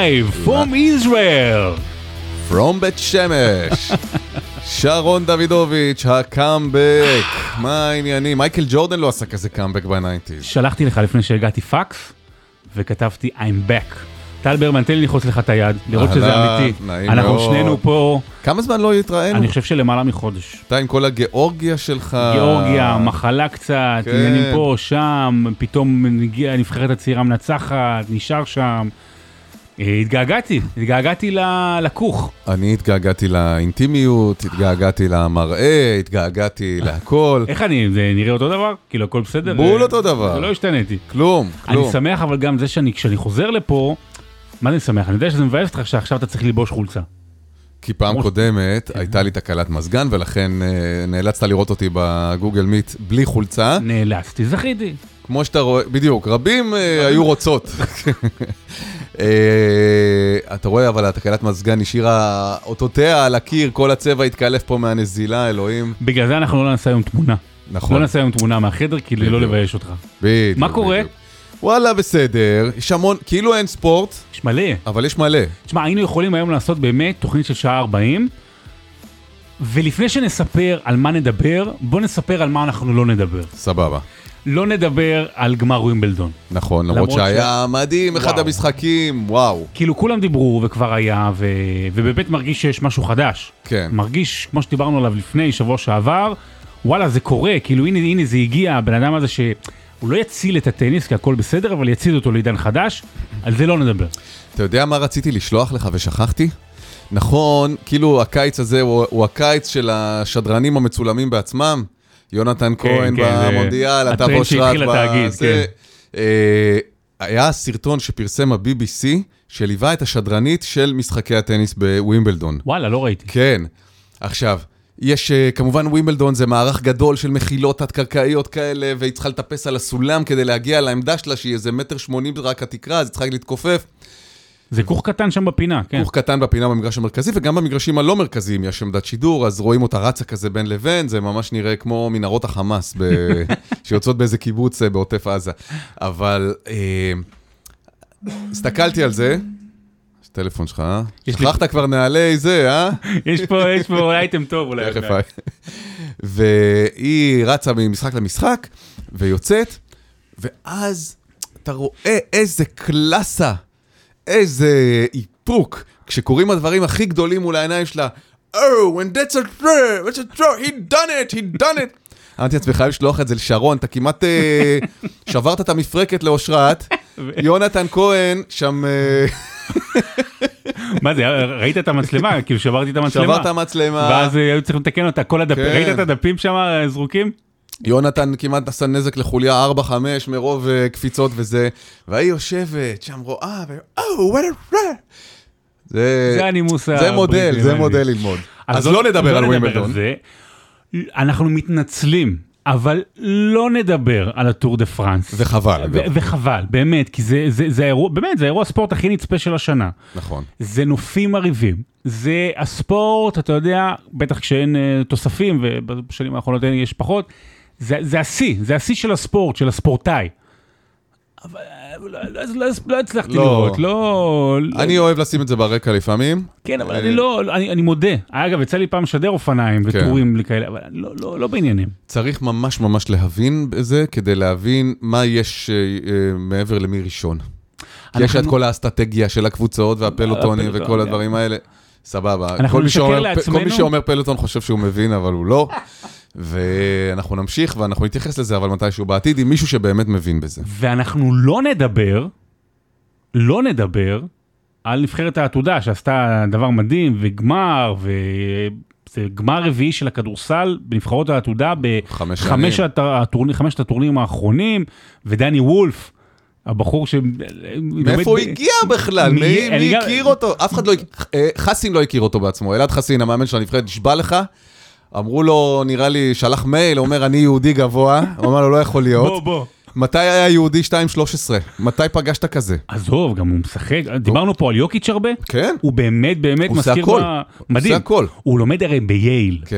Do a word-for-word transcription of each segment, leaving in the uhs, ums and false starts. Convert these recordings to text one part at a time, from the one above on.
Live from Israel. From בית שמש. שרון דוידוביץ', הקאמבק. מה העניינים? מייקל ג'ורדן לא עשה כזה קאמבק ב-תשעים. שלחתי לך לפני שהגעתי פאקס, וכתבתי I'm back. טל ברמן, תן לי לחוץ לך את היד, לראות שזה אמיתי. אנחנו שנינו פה. כמה זמן לא התראינו? אני חושב שלמעלה מחודש. אתה עם כל הגיאורגיה שלך. גיאורגיה, מחלה קצת, עניינים פה, שם, פתאום נגיע נבחרת הצעירה מנצחת, נשאר שם. התגעגעתי, התגעגעתי לכוך. אני התגעגעתי לאינטימיות, התגעגעתי למראה, התגעגעתי להכל. איך אני, זה נראה אותו דבר? כאילו הכל בסדר? בול אותו דבר. לא השתניתי. כלום, כלום. אני שמח אבל גם זה שאני, כשאני חוזר לפה, מה אני שמח? אני יודע שזה מבאס אותך שעכשיו אתה צריך ללבוש חולצה. כי פעם קודמת הייתה לי תקלת מזגן, ולכן נאלצת לראות אותי בגוגל מיט בלי חולצה. נאלצתי, זכיתי. כמו שאתה רואה, בדיוק, רבים היו רוצות. אתה רואה, אבל התקלת מזגן השאירה אותותיה על הקיר, כל הצבע התקלף פה מהנזילה, אלוהים. בגלל זה אנחנו לא נעשה היום תמונה. נכון. לא נעשה היום תמונה מהחדר, כי לא לבייש אותך. בדיוק. מה קורה? וואלה, בסדר. יש המון, כאילו אין ספורט. יש מלא. אבל יש מלא. תשמע, היינו יכולים היום לעשות באמת תוכנית של שעה ארבעים, ולפני שנספר על מה נדבר, בוא נספר על מה אנחנו לא נדבר. סבבה. לא נדבר על גמר ווימבלדון. נכון, למרות שהיה מדהים, אחד המשחקים, וואו. כאילו כולם דיברו וכבר היה, ובאמת מרגיש שיש משהו חדש. כן. מרגיש, כמו שדיברנו עליו לפני, שבוע שעבר, וואלה, זה קורה, כאילו הנה, הנה זה הגיע, הבן אדם הזה שהוא לא יציל את הטניס, כי הכל בסדר, אבל יציל אותו לעידן חדש, על זה לא נדבר. אתה יודע מה רציתי לשלוח לך ושכחתי? נכון, כאילו הקיץ הזה הוא, הוא הקיץ של השדרנים המצולמים בעצמם, יונתן כהן במונדיאל, אתה בושרת בזה. היה סרטון שפרסם ה-בי בי סי, שליווה את השדרנית של משחקי הטניס בווימבלדון. וואלה, לא ראיתי. כן. עכשיו, יש כמובן ווימבלדון, זה מערך גדול של מחילות תת-קרקעיות כאלה, והיא צריכה לטפס על הסולם כדי להגיע לעמדה שלה, שהיא איזה מטר שמונים רק התקרה, אז היא צריכה להתכופף. זה כוך קטן שם בפינה, כן. כוך קטן בפינה במגרש המרכזי, וגם במגרשים הלא מרכזיים יש עמדת שידור, אז רואים אותה רצה כזה בין לבין, זה ממש נראה כמו מנהרות החמאס, שיוצאות באיזה קיבוץ בעוטף עזה. אבל הסתכלתי על זה, יש טלפון שלך, אה? שכחת כבר נעלי זה, אה? יש פה, יש פה אייטם טוב אולי. והיא רצה ממשחק למשחק, ויוצאת, ואז אתה רואה איזה קלאסה, איזה איפוק, כשקוראים הדברים הכי גדולים מול העיניים שלה, Oh, and that's a throw, that's a throw, he done it, he done it. אמרתי לעצמך, חייב לשלוח את זה לשרון, אתה כמעט שברת את המפרקת לאושרת, יונתן כהן, שם... מה זה, ראית את המצלמה? כאילו שברתי את המצלמה. שברת המצלמה. ואז היו צריכים לתקן אותה, כל הדפים, ראית את הדפים שם זרוקים? יונתן כמעט עשה נזק לחוליה ארבע חמש מרוב קפיצות וזה, והיא יושבת שם רואה, ו... Oh, what a run! זה הנימוס זה מודל, זה מודל ללמוד. אז לא נדבר על ווימבלדון. אנחנו מתנצלים, אבל לא נדבר על הטור דה פרנס. וחבל. וחבל, באמת, כי זה אירוע, באמת, זה אירוע הספורט הכי נצפה של השנה. נכון. זה נופים מריבים. זה הספורט, אתה יודע, בטח כשאין תוספים, ובשנים האחרונות יש פחות, זה השיא, זה השיא של הספורט, של הספורטאי. אבל לא הצלחתי לראות, לא... אני אוהב לשים את זה ברקע לפעמים. כן, אבל אני לא, אני מודה. אגב, יצא לי פעם לשדר אופניים וטורים לכאלה, אבל לא בעניינים. צריך ממש ממש להבין בזה, כדי להבין מה יש מעבר למי ראשון. יש את כל האסטרטגיה של הקבוצות והפלוטונים וכל הדברים האלה. סבבה. כל מי שאומר פלוטון חושב שהוא מבין, אבל הוא לא. ואנחנו נמשיך ואנחנו נתייחס לזה, אבל מתישהו בעתיד עם מישהו שבאמת מבין בזה. ואנחנו לא נדבר, לא נדבר על נבחרת העתודה שעשתה דבר מדהים וגמר, וזה גמר רביעי של הכדורסל בנבחרות העתודה בחמשת הטורנירים האחרונים, ודני וולף, הבחור ש... מאיפה הוא הגיע בכלל? מי הכיר אותו? אף אחד לא... חסין לא הכיר אותו בעצמו. אלעד חסין, המאמן של הנבחרת, נשבע לך, אמרו לו, נראה לי, שלח מייל, אומר, אני יהודי גבוה, הוא אמר לו, לא יכול להיות. בוא, בוא. מתי היה יהודי שתיים שלוש עשרה? מתי פגשת כזה? עזוב, גם הוא משחק, דיברנו פה על יוקיץ' הרבה, כן. הוא באמת, באמת מזכיר, מדהים. הוא עושה הכל. הוא לומד הרי בייל. כן.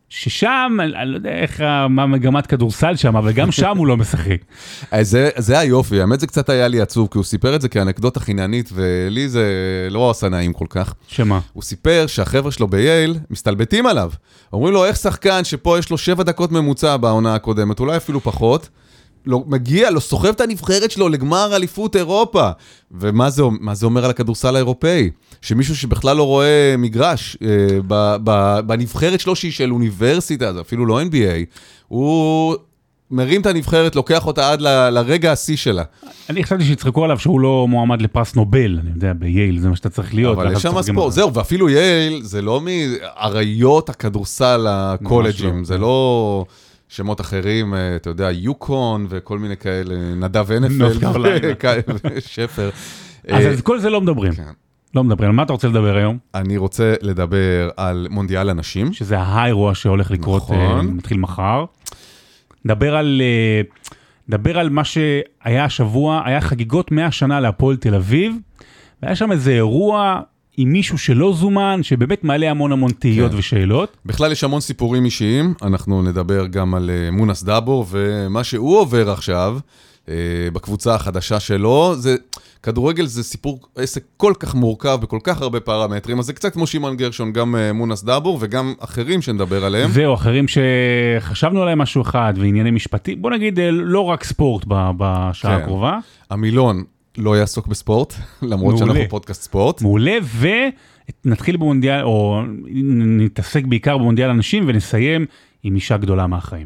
ששם, אני לא יודע איך, מה מגמת כדורסל שם, אבל גם שם הוא לא משחק. זה, זה היופי, האמת זה קצת היה לי עצוב, כי הוא סיפר את זה כאנקדוטה חיננית, ולי זה לא עשה נעים כל כך. שמה? הוא סיפר שהחבר'ה שלו בייל מסתלבטים עליו. אומרים לו, איך שחקן שפה יש לו שבע דקות ממוצע בעונה הקודמת, אולי אפילו פחות, לא, מגיע, לא סוחב את הנבחרת שלו לגמר אליפות אירופה. ומה זה, מה זה אומר על הכדורסל האירופאי? שמישהו שבכלל לא רואה מגרש אה, ב, ב, בנבחרת שלו שהיא של אוניברסיטה, זה אפילו לא אן בי איי, הוא מרים את הנבחרת, לוקח אותה עד ל, לרגע השיא שלה. אני חשבתי שיצחקו עליו שהוא לא מועמד לפרס נובל, אני יודע, בייל, זה מה שאתה צריך להיות. אבל יש שם ספורט, זהו, ואפילו יייל, זה לא מאריות הכדורסל הקולג'ים, זה לא שמות אחרים, אתה יודע, יוקון וכל מיני כאלה, נדב אנפלד ושפר. אז כל זה לא מדברים. לא מדברים. על מה אתה רוצה לדבר היום? אני רוצה לדבר על מונדיאל הנשים. שזה האירוע שהולך לקרות, מתחיל מחר. נדבר על, נדבר על מה שהיה השבוע, היה חגיגות מאה שנה להפועל תל אביב, והיה שם איזה אירוע עם מישהו שלא זומן, שבאמת מעלה המון המון תהיות כן. ושאלות. בכלל יש המון סיפורים אישיים, אנחנו נדבר גם על מונס דאבור, ומה שהוא עובר עכשיו, בקבוצה החדשה שלו, זה, כדורגל זה סיפור, עסק כל כך מורכב, בכל כך הרבה פרמטרים, אז זה קצת כמו שמעון גרשון, גם מונס דאבור, וגם אחרים שנדבר עליהם. זהו, אחרים שחשבנו עליהם משהו אחד, וענייני משפטי, בוא נגיד, לא רק ספורט בשעה כן. הקרובה. המילון לא יעסוק בספורט, למרות מעולה. שאנחנו פודקאסט ספורט. מעולה, ונתחיל במונדיאל, או נתעסק בעיקר במונדיאל אנשים, ונסיים עם אישה גדולה מהחיים.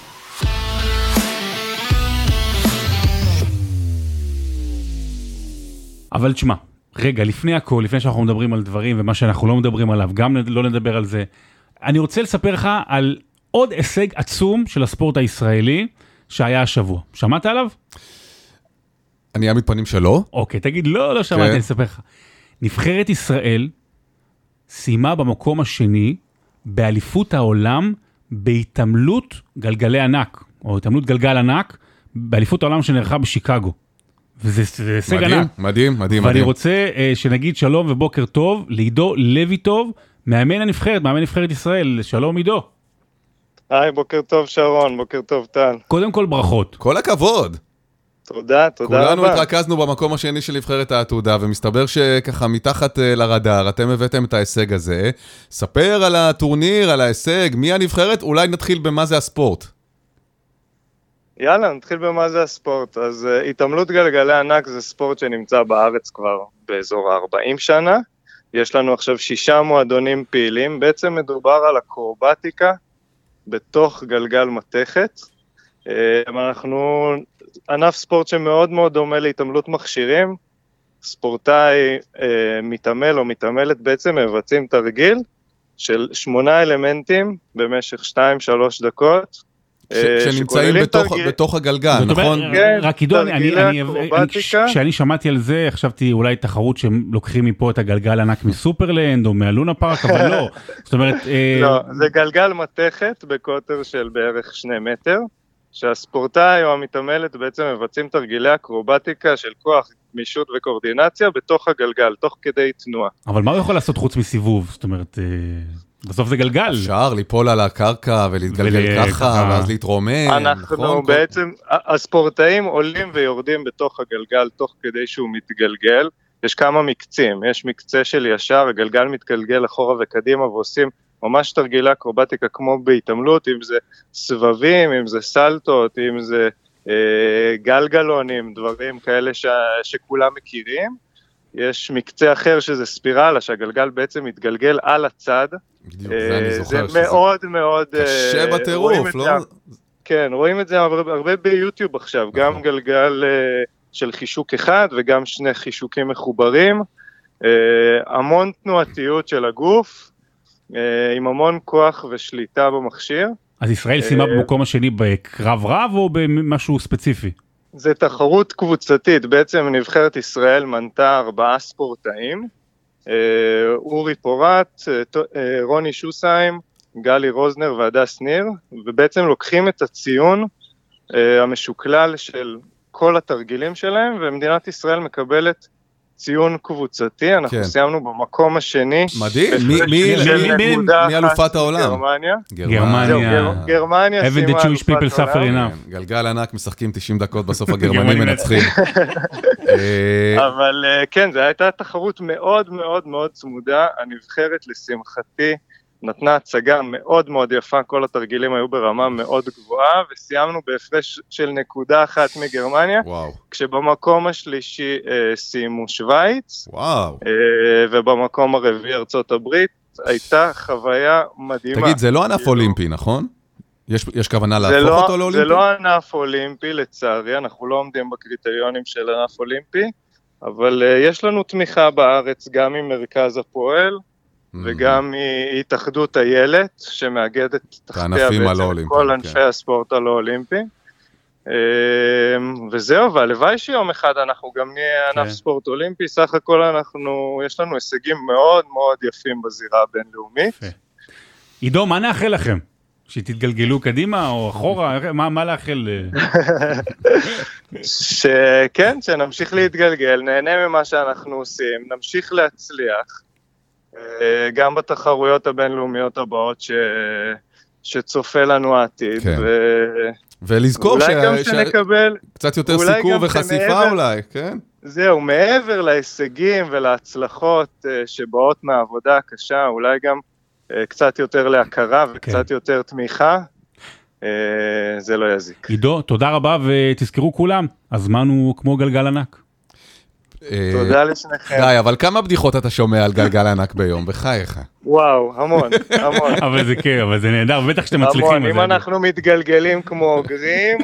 אבל תשמע, רגע, לפני הכל, לפני שאנחנו מדברים על דברים, ומה שאנחנו לא מדברים עליו, גם לא נדבר על זה, אני רוצה לספר לך על עוד הישג עצום של הספורט הישראלי, שהיה השבוע. שמעת עליו? אני אעמיד פנים שלא. אוקיי, תגיד, לא, לא שמעתי, אני אספר לך. נבחרת ישראל סיימה במקום השני, באליפות העולם, בהתעמלות גלגלי ענק, או התעמלות גלגל ענק, באליפות העולם שנערכה בשיקגו. וזה הישג ענק. מדהים, מדהים, ואני מדהים. רוצה שנגיד שלום ובוקר טוב, לעידו לוי טוב, מאמן הנבחרת, מאמן נבחרת ישראל. שלום עידו. היי, בוקר טוב שרון, בוקר טוב טל. קודם כל ברכות. כל הכבוד. תודה, תודה רבה. כולנו התרכזנו במקום השני של נבחרת העתודה, ומסתבר שככה מתחת לרדאר, אתם הבאתם את ההישג הזה. ספר על הטורניר, על ההישג, מי הנבחרת? אולי נתחיל במה זה הספורט. יאללה, נתחיל במה זה הספורט. אז uh, התעמלות גלגלי ענק זה ספורט שנמצא בארץ כבר באזור ה-ארבעים שנה. יש לנו עכשיו שישה מועדונים פעילים. בעצם מדובר על אקרובטיקה בתוך גלגל מתכת. Uh, אנחנו ענף ספורט שמאוד מאוד דומה להתעמלות מכשירים. ספורטאי uh, מתעמל או מתעמלת בעצם מבצעים תרגיל של שמונה אלמנטים במשך שתיים שלוש דקות. שנמצאים בתוך הגלגל, נכון? רק עידו, כשאני שמעתי על זה, חשבתי אולי תחרות שהם לוקחים מפה את הגלגל ענק מסופרלנד או מהלונה פארק, אבל לא. זאת אומרת... לא, זה גלגל מתכת בקוטר של בערך שני מטר, שהספורטאי או המתעמלת בעצם מבצעים תרגילי אקרובטיקה של כוח, גמישות וקורדינציה בתוך הגלגל, תוך כדי תנועה. אבל מה הוא יכול לעשות חוץ מסיבוב? זאת אומרת... בסוף זה גלגל. אפשר ליפול על הקרקע ולהתגלגל ככה, ואז להתרומם. אנחנו בעצם, הספורטאים עולים ויורדים בתוך הגלגל, תוך כדי שהוא מתגלגל. יש כמה מקצים, יש מקצה של ישר, הגלגל מתגלגל אחורה וקדימה, ועושים ממש תרגילה אקרובטיקה כמו בהתעמלות, אם זה סבבים, אם זה סלטות, אם זה אה, גלגלונים, דברים כאלה ש, שכולם מכירים. יש מקצה אחר שזה ספירלה, שהגלגל בעצם מתגלגל על הצד. בדיוק, זה אני זוכר. זה מאוד מאוד... קשה בטירוף, לא? כן, רואים את זה הרבה ביוטיוב עכשיו, גם גלגל של חישוק אחד וגם שני חישוקים מחוברים, המון תנועתיות של הגוף, עם המון כוח ושליטה במכשיר. אז ישראל סיימה במקום השני בקרב רב או במשהו ספציפי? זה תחרות קבוצתית, בעצם נבחרת ישראל מנתה ארבעה ספורטאים, אורי פורט, רוני שוסיים, גלי רוזנר והדס ניר, ובעצם לוקחים את הציון המשוקלל של כל התרגילים שלהם, ומדינת ישראל מקבלת ציון קבוצתי, אנחנו כן. סיימנו במקום השני. מדהים, מי, מי, מי, מי, מי אלופת העולם? גרמניה. גרמניה. זהו, גר, גרמניה Haven't the Jewish people suffer enough. גלגל ענק, משחקים תשעים דקות, בסוף הגרמנים מנצחים. אבל כן, זו הייתה תחרות מאוד מאוד מאוד צמודה, הנבחרת לשמחתי, נתנה הצגה מאוד מאוד יפה, כל התרגילים היו ברמה מאוד גבוהה, וסיימנו בהפרש של נקודה אחת מגרמניה, וואו. כשבמקום השלישי אה, סיימו שוויץ, וואו. אה, ובמקום הרביעי ארצות הברית, הייתה חוויה מדהימה. תגיד, זה לא ענף אולימפי, נכון? יש, יש כוונה להפוך לא, אותו לאולימפי? זה לא ענף אולימפי, לצערי, אנחנו לא עומדים בקריטריונים של ענף אולימפי, אבל uh, יש לנו תמיכה בארץ גם ממרכז הפועל, וגם מהתאחדות הילת, שמאגדת תחתיה בעצם כל ענפי הספורט הלא אולימפי. וזהו, והלוואי שיום אחד אנחנו גם נהיה ענף ספורט אולימפי, סך הכל אנחנו, יש לנו הישגים מאוד מאוד יפים בזירה הבינלאומית. עידו, מה נאחל לכם? שתתגלגלו קדימה או אחורה? מה, מה לאחל? שכן, שנמשיך להתגלגל, נהנה ממה שאנחנו עושים, נמשיך להצליח, גם בתחרויות הבינלאומיות הבאות ש... שצופה לנו העתיד. כן. ו... ולזכור ש... אולי גם שנקבל... קצת יותר סיקור וחשיפה שמעבר... אולי, כן? זהו, מעבר להישגים ולהצלחות שבאות מהעבודה הקשה, אולי גם קצת יותר להכרה וקצת כן. יותר תמיכה, זה לא יזיק. עידו, תודה רבה ותזכרו כולם, הזמן הוא כמו גלגל ענק. תודה לשניכם. די, אבל כמה בדיחות אתה שומע על גלגל ענק ביום, בחייך? וואו, המון, המון. אבל זה כן, אבל זה נהדר, בטח שאתם מצליחים. המון, אם אנחנו מתגלגלים כמו אוגרים,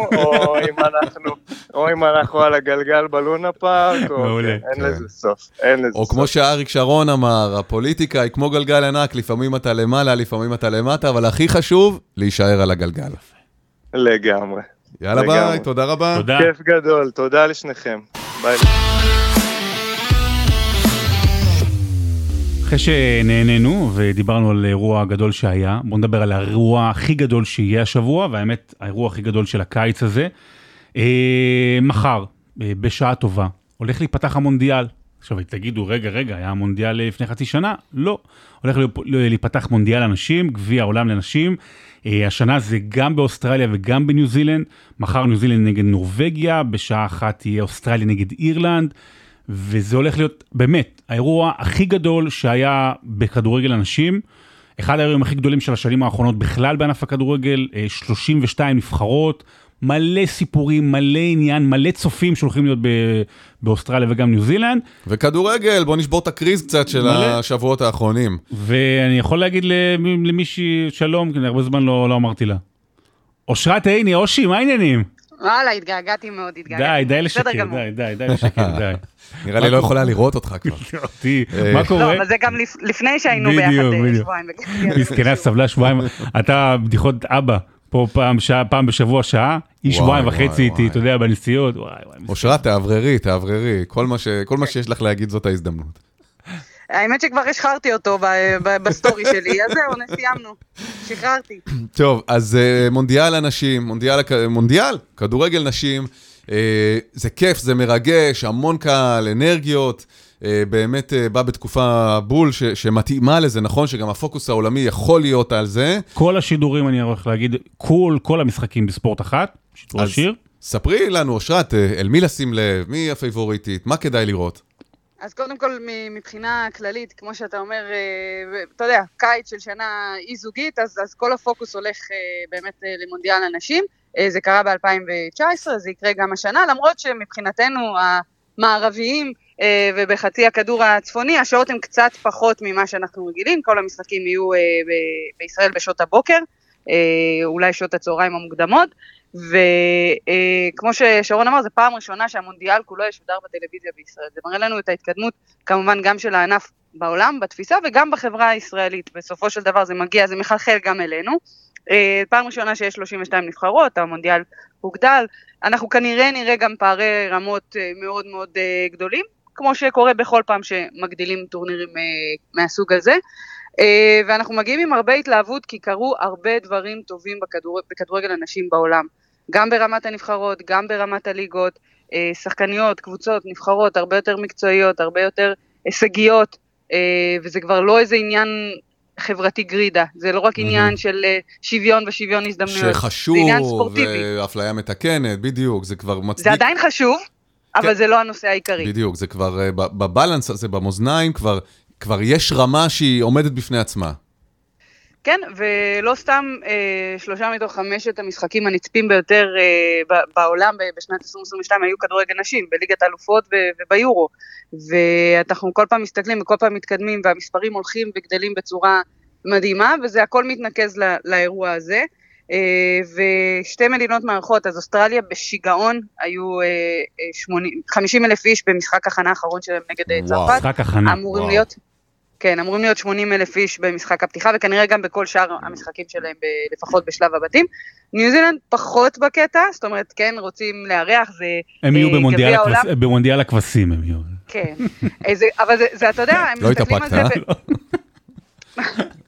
או אם אנחנו על הגלגל בלונה פארק, אין לזה סוף, אין לזה סוף. או כמו שאריק שרון אמר, הפוליטיקה היא כמו גלגל ענק, לפעמים אתה למעלה, לפעמים אתה למטה, אבל הכי חשוב, להישאר על הגלגל. לגמרי. יאללה ביי, תודה רבה. תודה. כיף גדול, תודה לשניכם. ביי. אחרי שנהנינו ודיברנו על אירוע גדול שהיה, בואו נדבר על האירוע הכי גדול שיהיה השבוע, והאמת, האירוע הכי גדול של הקיץ הזה. אה, מחר, אה, בשעה טובה, הולך להיפתח המונדיאל. עכשיו, תגידו, רגע, רגע, היה המונדיאל לפני חצי שנה? לא. הולך להיפתח מונדיאל אנשים, גביע העולם לנשים. אה, השנה זה גם באוסטרליה וגם בניו זילנד. מחר ניו זילנד נגד נורווגיה, בשעה אחת תהיה אוסטרליה נגד אירלנד. וזה הולך להיות באמת האירוע הכי גדול שהיה בכדורגל אנשים, אחד האירועים הכי גדולים של השנים האחרונות בכלל בענף הכדורגל, שלושים ושתיים נבחרות, מלא סיפורים, מלא עניין, מלא צופים שהולכים להיות באוסטרליה וגם ניו זילנד. וכדורגל, בוא נשבור את הקריז קצת של מלא. השבועות האחרונים. ואני יכול להגיד למישהי שלום, כי הרבה זמן לא, לא אמרתי לה. אושרת, הנה, אושי, מה העניינים? וואלה, התגעגעתי מאוד, התגעגעתי. די, די לשקר, די, די, די לשקר, די. נראה לי לא יכולה לראות אותך כבר. מה קורה? לא, אבל זה גם לפני שהיינו ביחד שבועיים. מסכנה, סבלה שבועיים. אתה בדיחות אבא, פה פעם בשבוע שעה, היא שבועיים וחצי איתי, אתה יודע, בנסיעות. אושרת, תעבררי, תעבררי. כל מה שיש לך להגיד זאת ההזדמנות. האמת שכבר השחררתי אותו בסטורי שלי, אז זהו, סיימנו, שחררתי. טוב, אז מונדיאל אנשים, מונדיאל, מונדיאל, כדורגל נשים, זה כיף, זה מרגש, המון קהל, אנרגיות, באמת בא בתקופה בול שמתאימה לזה, נכון שגם הפוקוס העולמי יכול להיות על זה. כל השידורים, אני הולך להגיד, כל, כל המשחקים בספורט אחת, שידור השיר. ספרי לנו, אושרת, אל מי לשים לב, מי הפייבוריטית, מה כדאי לראות? אז קודם כל, מבחינה כללית, כמו שאתה אומר, אתה יודע, קיץ של שנה אי זוגית, אז, אז כל הפוקוס הולך באמת למונדיאל אנשים. זה קרה ב-אלפיים תשע עשרה, זה יקרה גם השנה, למרות שמבחינתנו המערביים ובחצי הכדור הצפוני, השעות הן קצת פחות ממה שאנחנו רגילים, כל המשחקים יהיו בישראל בשעות הבוקר, אולי שעות הצהריים המוקדמות, וכמו ששרון אמר, זה פעם ראשונה שהמונדיאל כולו ישודר בטלוויזיה בישראל. זה מראה לנו את ההתקדמות, כמובן גם של הענף בעולם, בתפיסה, וגם בחברה הישראלית. בסופו של דבר זה מגיע, זה מחלחל גם אלינו. פעם ראשונה שיש שלושים ושתיים נבחרות, המונדיאל הוגדל. אנחנו כנראה נראה גם פערי רמות מאוד מאוד גדולים, כמו שקורה בכל פעם שמגדילים טורנירים מהסוג הזה. ואנחנו מגיעים עם הרבה התלהבות, כי קרו הרבה דברים טובים בכדור, בכדורגל הנשים בעולם. גם ברמת הנבחרות, גם ברמת הליגות, שחקניות, קבוצות, נבחרות, הרבה יותר מקצועיות, הרבה יותר הישגיות, וזה כבר לא איזה עניין חברתי גרידה, זה לא רק עניין של שוויון ושוויון הזדמנויות, שחשוב, זה עניין ספורטיבי. ואפליה מתקנת, בדיוק, זה כבר מצדיק. זה עדיין חשוב, אבל זה לא הנושא העיקרי. בדיוק, זה כבר, בבלנס הזה, במאזניים, כבר, כבר יש רמה שהיא עומדת בפני עצמה. כן, ולא סתם אה, שלושה מתוך חמשת המשחקים הנצפים ביותר אה, בעולם בשנת עשרים עשרים ושתיים היו כדורגל נשים, בליגת האלופות וביורו. ואנחנו כל פעם מסתכלים וכל פעם מתקדמים, והמספרים הולכים וגדלים בצורה מדהימה, וזה הכל מתנקז לא, לאירוע הזה. אה, ושתי מדינות מערכות, אז אוסטרליה בשיגעון, היו אה, שמונים, חמישים אלף איש במשחק הכנה האחרון שלהם נגד צרפת. משחק הכנה. אמורים וואו. להיות... כן, אמורים להיות שמונים אלף איש במשחק הפתיחה, וכנראה גם בכל שאר המשחקים שלהם, ב- לפחות בשלב הבתים. ניו זילנד פחות בקטע, זאת אומרת, כן, רוצים לארח, זה הם יהיו במונדיאל, הכבש... במונדיאל הכבשים, הם יהיו. כן, זה, אבל זה, זה, אתה יודע, הם לא מסתכלים על זה... ב...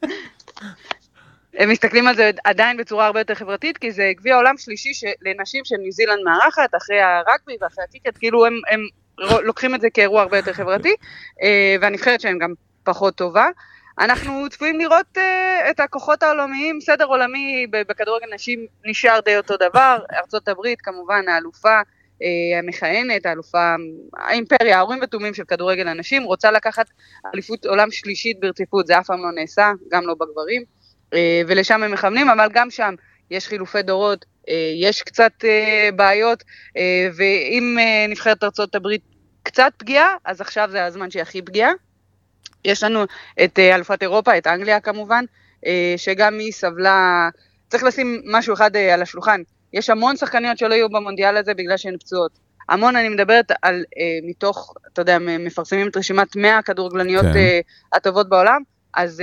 הם מסתכלים על זה עדיין בצורה הרבה יותר חברתית, כי זה גביע העולם שלישי לנשים של ניו זילנד מארחת, אחרי הרגבי ואחרי הקיקט, כאילו הם, הם לוקחים את זה כאירוע הרבה יותר חברתי, ואני חושבת שהם גם פחות טובה. אנחנו צפויים לראות uh, את הכוחות העולמיים, סדר עולמי בכדורגל נשים נשאר די אותו דבר, ארצות הברית כמובן האלופה uh, המכהנת, האלופה, האימפריה, ההורים ותומים של כדורגל הנשים, רוצה לקחת אליפות עולם שלישית ברציפות, זה אף פעם לא נעשה, גם לא בגברים, uh, ולשם הם מכוונים, אבל גם שם יש חילופי דורות, uh, יש קצת uh, בעיות, uh, ואם uh, נבחרת ארצות הברית קצת פגיעה, אז עכשיו זה הזמן שהיא הכי פגיעה, יש לנו את אלופת אירופה, את אנגליה כמובן, שגם היא סבלה, צריך לשים משהו אחד על השולחן, יש המון שחקניות שלא יהיו במונדיאל הזה בגלל שהן פצועות, המון, אני מדברת על מתוך, אתה יודע, מפרסמים את רשימת מאה הכדורגלניות כן. הטובות בעולם, אז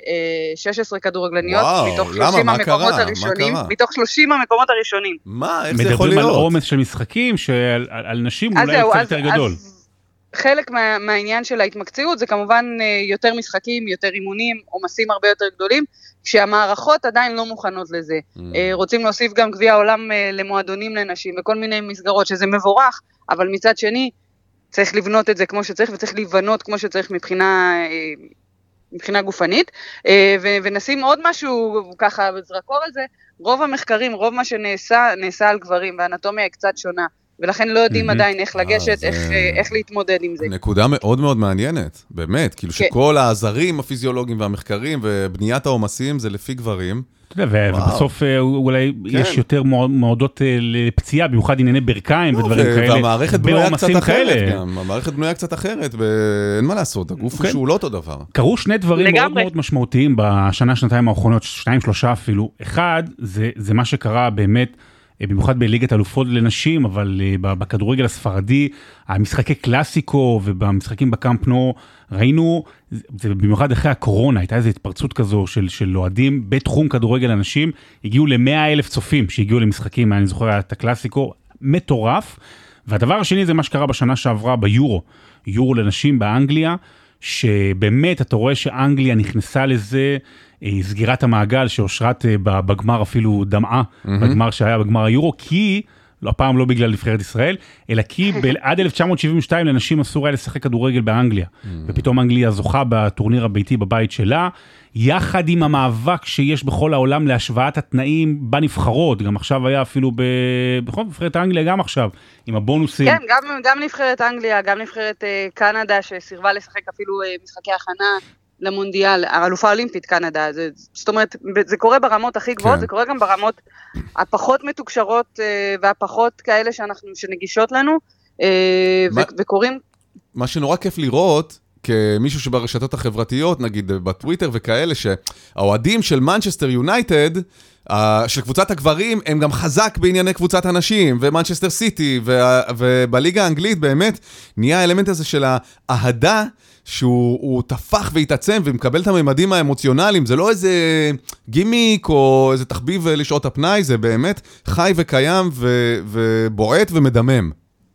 שש עשרה כדורגלניות, וואו, מתוך למה? שלושים מה המקומות קרה? הראשונים, מה קרה? מתוך שלושים המקומות הראשונים. מה? איך זה יכול להיות? מדברים על עומס של משחקים, שעל על נשים אולי קצת יותר גדול. אז, חלק מה, מהעניין של ההתמקצעות זה כמובן יותר משחקים, יותר אימונים, עומסים הרבה יותר גדולים, כשהמערכות עדיין לא מוכנות לזה. Mm. רוצים להוסיף גם גביע העולם למועדונים לנשים, וכל מיני מסגרות שזה מבורך, אבל מצד שני צריך לבנות את זה כמו שצריך, וצריך לבנות כמו שצריך מבחינה, מבחינה גופנית, ו- ונשים עוד משהו ככה בזרקור על זה, רוב המחקרים, רוב מה שנעשה, נעשה על גברים, והאנטומיה היא קצת שונה. ולכן לא יודעים עדיין איך לגשת, איך להתמודד עם זה. נקודה מאוד מאוד מעניינת, באמת, כאילו שכל העזרים הפיזיולוגיים והמחקרים ובניית העומסים זה לפי גברים. אתה יודע, ובסוף אולי יש יותר מועדות לפציעה, במיוחד ענייני ברכיים ודברים כאלה. והמערכת בנויה קצת אחרת גם, המערכת בנויה קצת אחרת, ואין מה לעשות, הגוף הוא שהוא לא אותו דבר. קרו שני דברים מאוד מאוד משמעותיים בשנה, שנתיים האחרונות, שניים, שלושה אפילו. אחד, זה מה שקרה באמת, במיוחד בליגת אלופות לנשים, אבל בכדורגל הספרדי, המשחקי קלאסיקו ובמשחקים בקאמפ נו, ראינו, זה במיוחד אחרי הקורונה, הייתה איזו התפרצות כזו של, של אוהדים בתחום כדורגל לנשים, הגיעו ל-מאה אלף צופים שהגיעו למשחקים, אני זוכר את הקלאסיקו, מטורף, והדבר השני זה מה שקרה בשנה שעברה ביורו, יורו לנשים באנגליה, שבאמת אתה רואה שאנגליה נכנסה לזה, סגירת המעגל שאושרת בגמר אפילו דמעה, mm-hmm. בגמר שהיה בגמר היורו, כי, לא, הפעם לא בגלל נבחרת ישראל, אלא כי עד אלף תשע מאות שבעים ושתיים לנשים אסור היה לשחק כדורגל באנגליה, mm-hmm. ופתאום אנגליה זוכה בטורניר הביתי בבית שלה, יחד עם המאבק שיש בכל העולם להשוואת התנאים בנבחרות, גם עכשיו היה אפילו בכל נבחרת אנגליה, גם עכשיו, עם הבונוסים. כן, גם, גם נבחרת אנגליה, גם נבחרת uh, קנדה, שסירבה לשחק אפילו uh, משחקי הכנה, למונדיאל, האלופה האולימפית קנדה, זה, זאת אומרת, זה קורה ברמות הכי גבוהות, כן. זה קורה גם ברמות הפחות מתוקשרות והפחות כאלה שאנחנו, שנגישות לנו, מה, ו- וקוראים... מה שנורא כיף לראות, כמישהו שברשתות החברתיות, נגיד בטוויטר וכאלה, שהאוהדים של מנצ'סטר יונייטד, של קבוצת הגברים, הם גם חזק בענייני קבוצת הנשים, ומנצ'סטר סיטי, ובליגה האנגלית באמת, נהיה האלמנט הזה של האהדה, שהוא תפח והתעצם ומקבל את הממדים האמוציונליים, זה לא איזה גימיק או איזה תחביב לשעות הפנאי, זה באמת חי וקיים ו- ובועט ומדמם.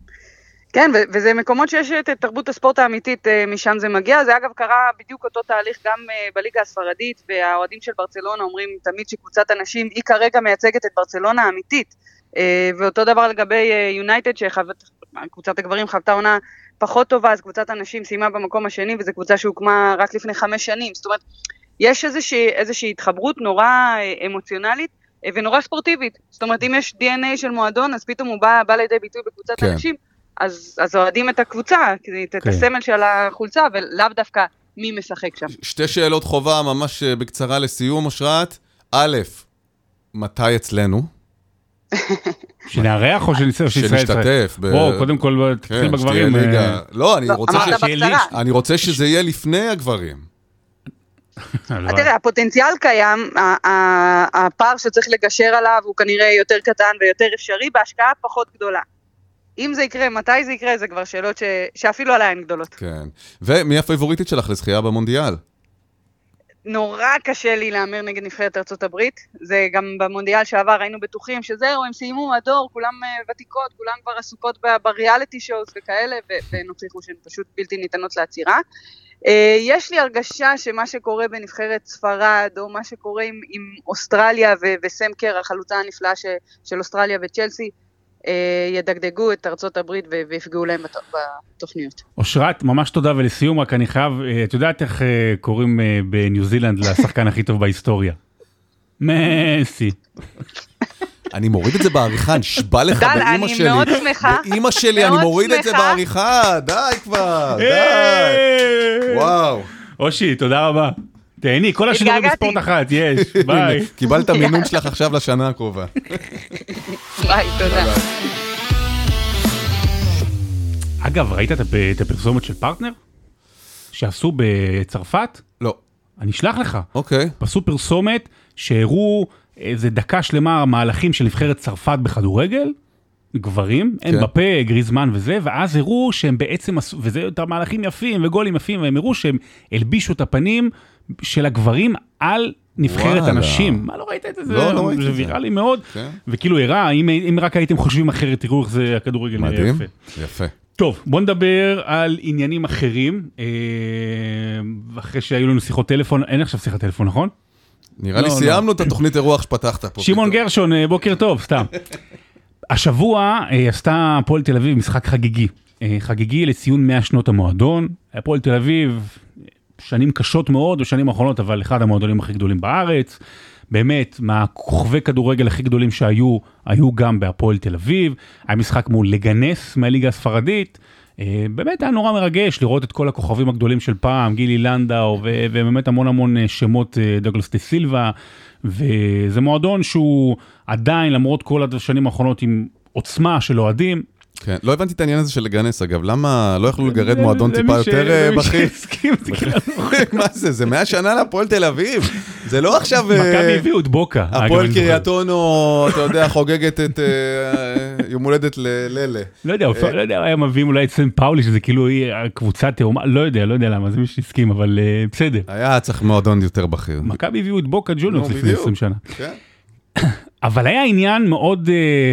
כן, ו- וזה מקומות שיש את תרבות הספורט האמיתית, משם זה מגיע, זה אגב קרה בדיוק אותו תהליך גם בליגה הספרדית, והאוהדים של ברצלונה אומרים תמיד שקבוצת הנשים היא כרגע מייצגת את ברצלונה האמיתית, ואותו דבר לגבי יונייטד, קבוצת הגברים חוותה עונה פחות טובה, אז קבוצת הנשים סיימה במקום השני, וזו קבוצה שהוקמה רק לפני חמש שנים, זאת אומרת, יש איזושהי, איזושהי התחברות נורא אמוציונלית, ונורא ספורטיבית, זאת אומרת, אם יש די אן איי של מועדון, אז פתאום הוא בא, בא לידי ביטוי בקבוצת כן. הנשים, אז, אז אוהדים את הקבוצה, את כן. הסמל של החולצה, ולאו דווקא מי משחק שם. שתי שאלות חובה, ממש בקצרה לסיום, אושרת. א', מתי אצלנו? שנארח או שניסה? שנשתתף. בוא, קודם כל, תתחיל בגברים. לא, אני רוצה שזה יהיה לפני הגברים. תראה, הפוטנציאל קיים, הפער שצריך לגשר עליו הוא כנראה יותר קטן ויותר אפשרי, בהשקעה פחות גדולה. אם זה יקרה, מתי זה יקרה, זה כבר שאלות שאפילו עליהן גדולות. כן. ומי הפייבוריטית שלך לזכייה במונדיאל? נורא קשה לי לאמר נגד נבחרת ארצות הברית, זה גם במונדיאל שעבר היינו בטוחים שזהו, הם סיימו הדור, כולם ותיקות, כולם כבר עסוקות בריאליטי שואוס וכאלה, ונוכיחו שהן פשוט בלתי ניתנות לעצירה. יש לי הרגשה שמה שקורה בנבחרת ספרד, או מה שקורה עם, עם אוסטרליה ו- וסמקר, החלוצה הנפלאה ש- של אוסטרליה וצ'לסי, ידגדגו את ארצות הברית ו- ויפגעו להם בת- בתוכניות. אושרת, ממש תודה, ולסיום רק אני חייב, את יודעת איך קוראים בניו זילנד לשחקן הכי טוב בהיסטוריה? מסי. אני מוריד את זה בעריכה, נשבע לך באמא שלי. אני מאוד שמחה. באמא שלי, אני מוריד את זה בעריכה, די כבר, די. וואו. אושי, תודה רבה. תהני, כל השידורים בספורט אחת, יש, ביי. קיבלת מינון שלך עכשיו לשנה הקרובה. ביי, תודה. אגב, ראית את הפרסומת של פרטנר? שעשו בצרפת? לא. אני אשלח לך. אוקיי. עשו פרסומת שהראו איזה דקה שלמה מהלכים של נבחרת צרפת בכדורגל, גברים, אין בפה, גריזמן וזה, ואז הראו שהם בעצם, וזה יותר מהלכים יפים וגולים יפים, והם הראו שהם הלבישו את הפנים של הגברים על נבחרת הנשים. מה, לא ראית את זה? זה ויראלי מאוד. וכאילו הראה, אם רק הייתם חושבים אחרת, תראו איך זה הכדורגל נראה יפה. מדהים, יפה. טוב, בוא נדבר על עניינים אחרים, אחרי שהיו לנו שיחות טלפון, אין עכשיו שיחת טלפון, נכון? נראה לי סיימנו את התוכנית אירוח שפתחת פה. שמעון גרשון, בוקר טוב, סתם. השבוע עשתה הפועל תל אביב משחק חגיגי, חגיגי לציון מאה שנות המועדון. הפועל תל אביב, שנים קשות מאוד בשנים האחרונות, אבל אחד המועדונים הכי גדולים בארץ, באמת, מהכוכבי כדורגל הכי גדולים שהיו, היו גם בהפועל תל אביב, היה משחק מול לגנס מהליגה הספרדית, באמת היה נורא מרגש לראות את כל הכוכבים הגדולים של פעם, גילי לנדאו, ובאמת המון המון שמות, דוגלס דה סילבה, וזה מועדון שהוא עדיין, למרות כל השנים האחרונות, עם עוצמה של אוהדים. כן, לא הבנתי את העניין הזה של לגנס, אגב, למה לא יכלו לגרד מועדון טיפה יותר בכיר? מה זה, זה מאה שנה להפועל תל אביב, זה לא עכשיו... מכבי הביאו את בוקה. הפועל קריית אונו, אתה יודע, חוגגת את יום הולדת ללילה. לא יודע, לא יודע, היה מביאים אולי את סן פאולי, שזה כאילו קבוצה תאומה, לא יודע, לא יודע למה, זה מי שהסכים, אבל בסדר. היה צריך מועדון יותר בכיר. מכבי הביאו את בוקה ג'וניורס לפני עשרים שנה. אבל היה עניין מאוד...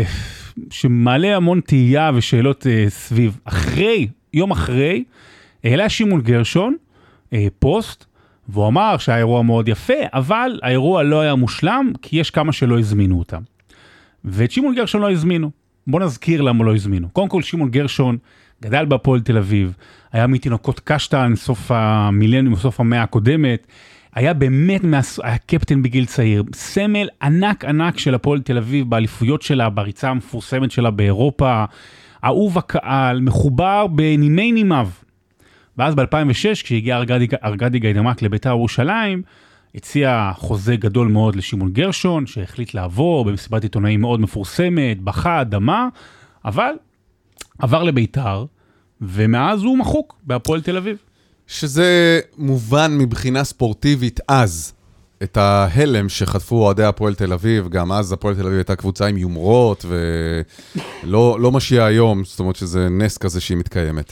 שמעלה המון תהייה ושאלות uh, סביב. אחרי, יום אחרי, העלה שמעון גרשון, uh, פוסט, והוא אמר שהאירוע מאוד יפה, אבל האירוע לא היה מושלם, כי יש כמה שלא הזמינו אותם. ואת שמעון גרשון לא הזמינו. בוא נזכיר למה לא הזמינו. קודם כל, שמעון גרשון גדל בהפועל תל אביב, היה מתינוקות קשטן, סוף המילניום, סוף המאה הקודמת, היה באמת, היה קפטן בגיל צעיר, סמל ענק ענק של הפועל תל אביב, באליפויות שלה, בריצה המפורסמת שלה באירופה, אהוב הקהל, מחובר בנימי נימיו. ואז ב-אלפיים ושש, כשהגיע ארגדי, ארגדי גיידמק לבית"ר ירושלים, הציע חוזה גדול מאוד לשמעון גרשון, שהחליט לעבור במסיבת עיתונאים מאוד מפורסמת, בכה, דמה, אבל עבר לבית"ר, ומאז הוא מחוק בהפועל תל אביב. שזה מובן מבחינה ספורטיבית אז, את ההלם שחטפו אוהדי הפועל תל אביב, גם אז הפועל תל אביב הייתה קבוצה עם יומרות, ולא לא משיע היום, זאת אומרת שזה נס כזה שהיא מתקיימת.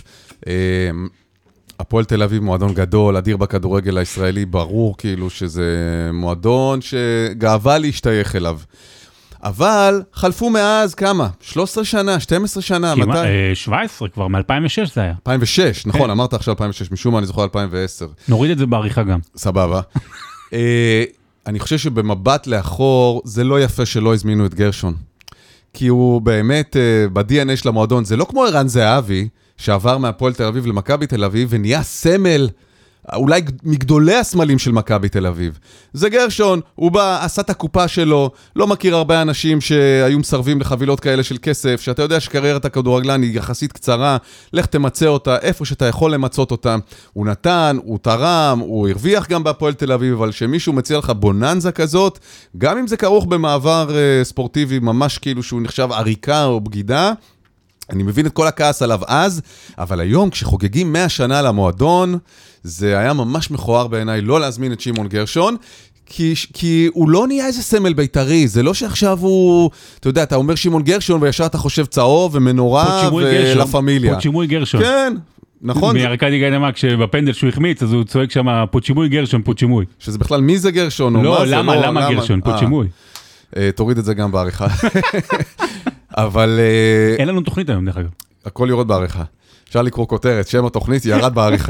הפועל תל אביב מועדון גדול, אדיר בכדורגל הישראלי, ברור כאילו שזה מועדון שגאווה להשתייך אליו. אבל חלפו מאז כמה? שלוש עשרה שנה, שתים עשרה שנה, מתי? שבע עשרה כבר, מ-אלפיים ושש זה היה. אלפיים ושש, נכון, אמרת עכשיו אלפיים ושש, משום מה אני זוכר אלפיים ועשר. נוריד את זה בעריכה גם. סבבה. אני חושב שבמבט לאחור, זה לא יפה שלא הזמינו את גרשון. כי הוא באמת ב-די אן איי של המועדון, זה לא כמו ערן זהבי, שעבר מהפועל תל אביב למכבי תל אביב, ונהיה סמל, אולי מגדולי הסמלים של מכבי תל אביב. זה גרשון, הוא בא, עשה את הקופה שלו, לא מכיר הרבה אנשים שהיו מסרבים לחבילות כאלה של כסף, שאתה יודע שקריירת הכדורגלן היא יחסית קצרה, לך תמצא אותה איפה שאתה יכול למצות אותה. הוא נתן, הוא תרם, הוא הרוויח גם בהפועל תל אביב, אבל שמישהו מציע לך בוננזה כזאת, גם אם זה כרוך במעבר uh, ספורטיבי, ממש כאילו שהוא נחשב עריקה או בגידה, אני מבין את כל הכעס עליו אז, אבל היום כשחוגגים מאה שנה למועדון, זה היה ממש מכוער בעיניי לא להזמין את שמעון גרשון, כי, כי הוא לא נהיה איזה סמל בית"רי, זה לא שעכשיו הוא, אתה יודע, אתה אומר שמעון גרשון וישר אתה חושב צהוב ומנורה ולה פמיליה. פוצ'ימוי גרשון. כן, נכון. מארקדי גיידמק שבפנדל שהוא החמיץ, אז הוא צועק שם פוצ'ימוי גרשון, פוצ'ימוי. שזה בכלל מי זה גרשון? לא, למה, למה גרשון, פוצ'ימוי. תוריד את זה גם בעריכה. אבל... אין לנו תוכנית היום, דרך אגב. הכל יורד בעריכה. אפשר לקרוא כותרת, שם התוכנית ירד בעריכה.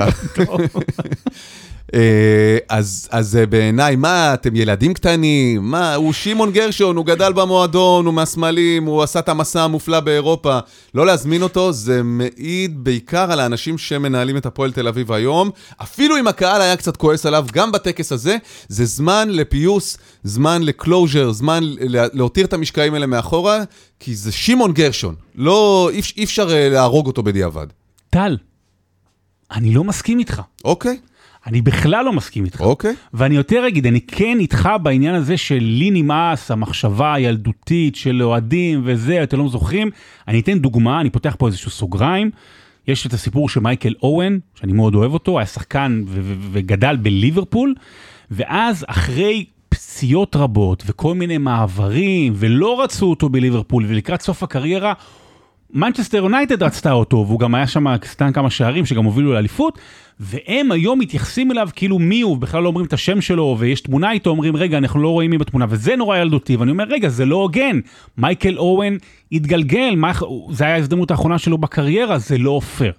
אז, אז בעיניי, מה, אתם ילדים קטנים? מה, הוא שמעון גרשון, הוא גדל במועדון, הוא מהסמלים, הוא עשה את המסע המופלא באירופה. לא להזמין אותו, זה מעיד בעיקר על האנשים שמנהלים את הפועל תל אביב היום. אפילו אם הקהל היה קצת כועס עליו, גם בטקס הזה, זה זמן לפיוס, זמן לקלוז'ר, זמן להותיר את המשקעים האלה מאחורה, כי זה שמעון גרשון. לא, אי, אי אפשר להרוג אותו בדיעבד. טל, אני לא מסכים איתך. אוקיי. אני בכלל לא מסכים איתך. אוקיי. ואני יותר אגיד, אני כן איתך בעניין הזה שלי נמאס, המחשבה הילדותית של אוהדים וזה, אתם לא זוכרים. אני אתן דוגמה, אני פותח פה איזשהו סוגריים. יש את הסיפור של מייקל אוהן, שאני מאוד אוהב אותו, היה שחקן ו- ו- וגדל בליברפול, ואז אחרי פציעות רבות וכל מיני מעברים, ולא רצו אותו בליברפול, ולקראת סוף הקריירה, מנצ'סטר יונייטד רצתה אותו, והוא גם היה שם סתם כמה שערים שגם הובילו לאליפות, והם היום מתייחסים אליו כאילו מי הוא, בכלל לא אומרים את השם שלו, ויש תמונה איתו, אומרים רגע, אנחנו לא רואים מי בתמונה, וזה נורא ילדותי, ואני אומר רגע, זה לא הוגן, מייקל אוהן התגלגל, זה היה ההזדמנות האחרונה שלו בקריירה, זה לא אופר.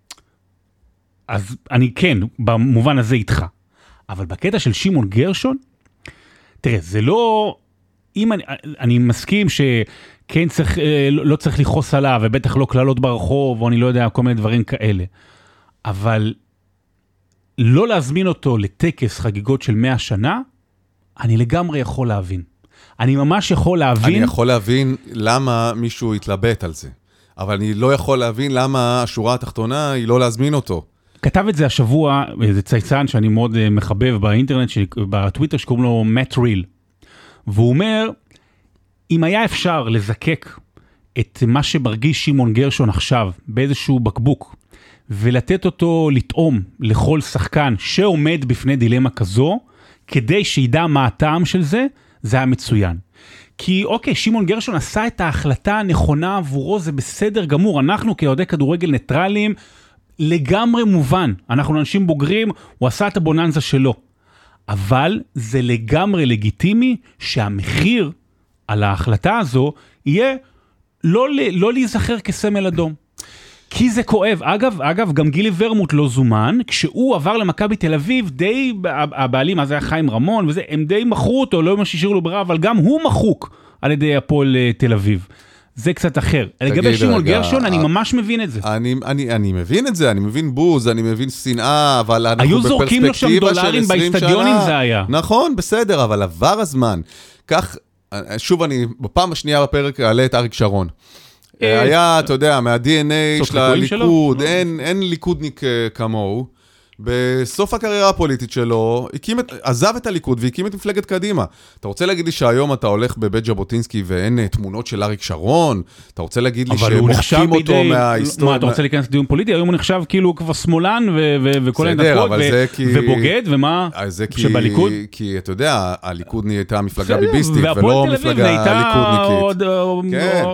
אז אני כן, במובן הזה איתך. אבל בקטע של שמעון גרשון, תראה, זה לא... אם אני, אני מסכים שכן צריך, לא צריך לחוס עליו, ובטח לא כללות ברחוב, או אני לא יודע, כל מיני דברים כאלה. אבל לא להזמין אותו לטקס חגיגות של מאה שנה, אני לגמרי יכול להבין. אני ממש יכול להבין... אני יכול להבין למה מישהו יתלבט על זה. אבל אני לא יכול להבין למה השורה התחתונה היא לא להזמין אותו. כתב את זה השבוע, איזה צייצן שאני מאוד מחבב באינטרנט, בטוויטר שקוראים לו מאט ריל. והוא אומר, אם היה אפשר לזקק את מה שמרגיש שמעון גרשון עכשיו, באיזשהו בקבוק, ולתת אותו לטעום לכל שחקן שעומד בפני דילמה כזו, כדי שידע מה הטעם של זה, זה היה מצוין. כי אוקיי, שמעון גרשון עשה את ההחלטה הנכונה עבורו, זה בסדר גמור, אנחנו כאוהדי כדורגל ניטרליים, לגמרי מובן, אנחנו אנשים בוגרים, הוא עשה את הבוננזה שלו. אבל זה לגמרי לגיטימי שהמחיר על ההחלטה הזו יהיה לא, לא להיזכר כסמל אדום. כי זה כואב. אגב, אגב, גם גילי ורמוט לא זומן, כשהוא עבר למכבי תל אביב, די, הבעלים, אז היה חיים רמון, וזה, הם די מכרו אותו, לא מה שהשאירו לו ברירה, אבל גם הוא מחוק על ידי הפועל תל אביב. זה קצת אחר. לגבי שמעון גרשון, אני ממש מבין את זה. אני, אני, אני מבין את זה, אני מבין בוז, אני מבין שנאה, אבל אנחנו היו זורקים לו שם דולרים באיצטדיונים זה היה. נכון, בסדר, אבל עבר הזמן. כך, שוב אני, בפעם השנייה בפרק אעלה את אריק שרון. היה, אתה יודע, מה-די אן איי של הליכוד, אין, אין ליכודניק כמוהו. בסוף הקריירה הפוליטית שלו, הקים את, עזב את הליכוד והקים את מפלגת קדימה. אתה רוצה להגיד לי שהיום אתה הולך בבית ז'בוטינסקי ואין תמונות של אריק שרון? אתה רוצה להגיד לי שמוחקים אותו בידי... מההיסטוריה? מה, אתה רוצה להיכנס לדיון פוליטי? היום הוא נחשב כאילו כבר שמאלן ו- ו- וכל הנדפות ו- כי... ובוגד, ומה? זה כי... שבליכוד? כי אתה יודע, הליכוד נהייתה מפלגה ביביסטית ולא מפלגה ליכודניקית. כן,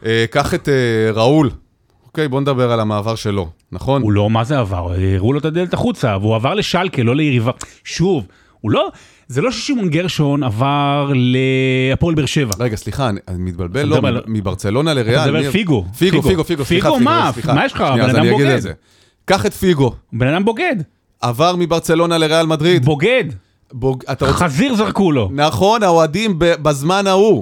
קח את ראול. אוקיי, בוא נדבר על המעבר שלו, נכון? הוא לא, מה זה עבר? הראו לו את הדלת החוצה, והוא עבר לשלקה, לא ליריבה. שוב, הוא לא, זה לא ששמעון גרשון עבר להפועל באר שבע. רגע, סליחה, אני מתבלבל, לא, מברצלונה לריאל. אתה מדבר פיגו. פיגו, פיגו, פיגו, סליחה, פיגו, מה? מה יש לך? בן אדם בוגד. קח את פיגו. בן אדם בוגד. עבר מברצלונה לריאל מדריד. בוגד. חזיר זרקו לו. נכון, האוהדים בזמן ההוא.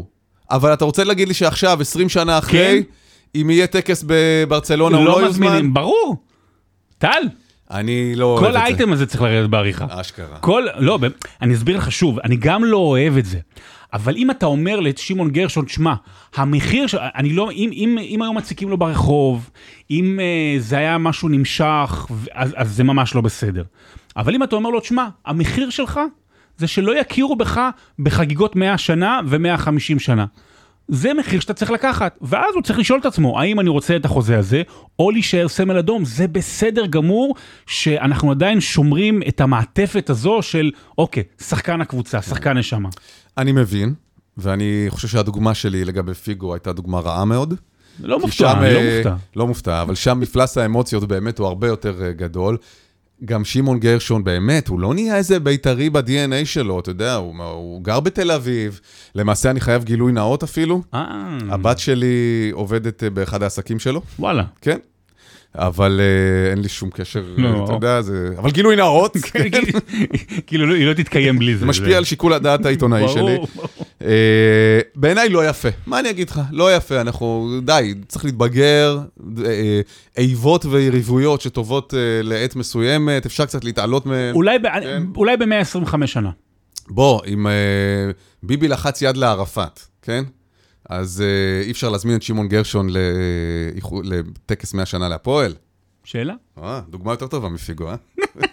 אבל אתה רוצה להגיד לי שעכשיו, עשרים שנה אחרי, אם יהיה טקס בברצלונה, הוא לא יוזמן? ברור. טל. אני לא אוהב את כל זה. האייטם הזה צריך לרדת בעריכה. אשכרה. כל, לא, אני אסביר לך שוב, אני גם לא אוהב את זה. אבל אם אתה אומר לשמעון גרשון, שמה, המחיר, ש... אני לא, אם, אם, אם היום מציקים לו ברחוב, אם uh, זה היה משהו נמשך, אז, אז זה ממש לא בסדר. אבל אם אתה אומר לו, שמה, המחיר שלך, זה שלא יכירו בך בחגיגות מאה שנה ו-מאה וחמישים שנה. זה מחיר שאתה צריך לקחת, ואז הוא צריך לשאול את עצמו, האם אני רוצה את החוזה הזה, או להישאר סמל אדום. זה בסדר גמור, שאנחנו עדיין שומרים את המעטפת הזו של, אוקיי, שחקן הקבוצה, שחקן נשמה. אני מבין, ואני חושב שהדוגמה שלי לגבי פיגו הייתה דוגמה רעה מאוד. לא מופתע, אני לא מופתע. לא מופתע, אבל שם מפלס האמוציות באמת הוא הרבה יותר גדול. גם שמעון גרשון באמת, הוא לא נהיה איזה בית"רי ב-די אן איי שלו, אתה יודע, הוא, הוא גר בתל אביב, למעשה אני חייב גילוי נאות אפילו. אה. הבת שלי עובדת באחד העסקים שלו. וואלה. כן. אבל uh, אין לי שום קשר, לא. אתה יודע, זה... אבל גילוי נאות. כאילו, היא לא תתקיים בלי זה. זה משפיע על שיקול הדעת העיתונאי שלי. Uh, בעיניי לא יפה. מה אני אגיד לך? לא יפה. אנחנו, די, צריך להתבגר, איבות ויריבויות שטובות uh, לעת מסוימת, אפשר קצת להתעלות מהם. אולי, ב- כן? אולי ב-מאה עשרים וחמש שנה. בוא, אם uh, ביבי לחץ יד לערפאת, כן? אז uh, אי אפשר להזמין את שמעון גרשון לטקס מאה שנה להפועל. שאלה? אה, דוגמה יותר טובה מפיגו, אה?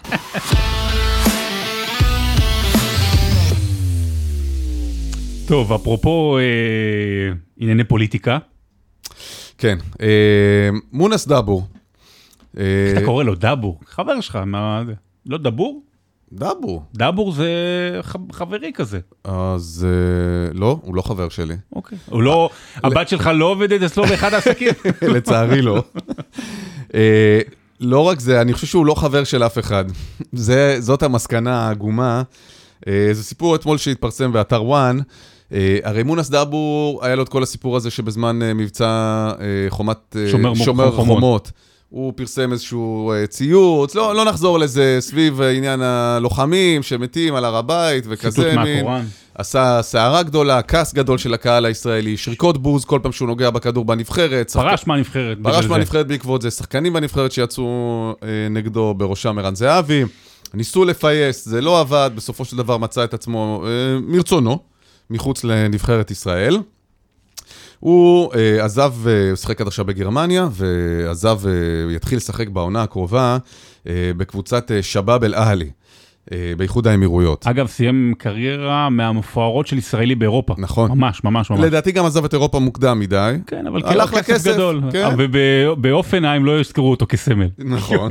טוב, אפרופו אה, ענייני פוליטיקה. כן, אה, מונס דאבור. איך אתה קורא לו? דאבור. חבר שלך, מה זה? לא דבור? דאבור. דאבור זה חברי כזה. אז לא, הוא לא חבר שלי. אוקיי. הוא לא, הבת שלך לא עובדת אצלו באחד העסקים? לצערי לא. לא רק זה, אני חושב שהוא לא חבר של אף אחד. זאת המסקנה העגומה. זה סיפור אתמול שהתפרסם באתר וואן. הרי מונס דאבור, היה לו את כל הסיפור הזה שבזמן מבצע חומת שומר חומות. הוא פרסם איזשהו ציוץ, לא, לא נחזור לזה סביב עניין הלוחמים שמתים על הר הבית וכזה, מין, עשה סערה גדולה, כעס גדול של הקהל הישראלי, שריקות בוז כל פעם שהוא נוגע בכדור בנבחרת. פרש מהנבחרת. פרש מהנבחרת בעקבות זה, שחקנים בנבחרת שיצאו אה, נגדו בראשם ערן זהבי, ניסו לפייס, זה לא עבד, בסופו של דבר מצא את עצמו אה, מרצונו, מחוץ לנבחרת ישראל. הוא uh, עזב, הוא uh, שחק עד עכשיו בגרמניה, ועזב, הוא uh, יתחיל לשחק בעונה הקרובה uh, בקבוצת uh, שבאב אל אהלי, uh, באיחוד האמירויות. אגב, סיים קריירה מהמפוארות של ישראלי באירופה. נכון. ממש, ממש, ממש. לדעתי גם עזב את אירופה מוקדם מדי. כן, אבל הלך כסף, כסף גדול. כן. ובאופנהיים לא יזכרו אותו כסמל. נכון.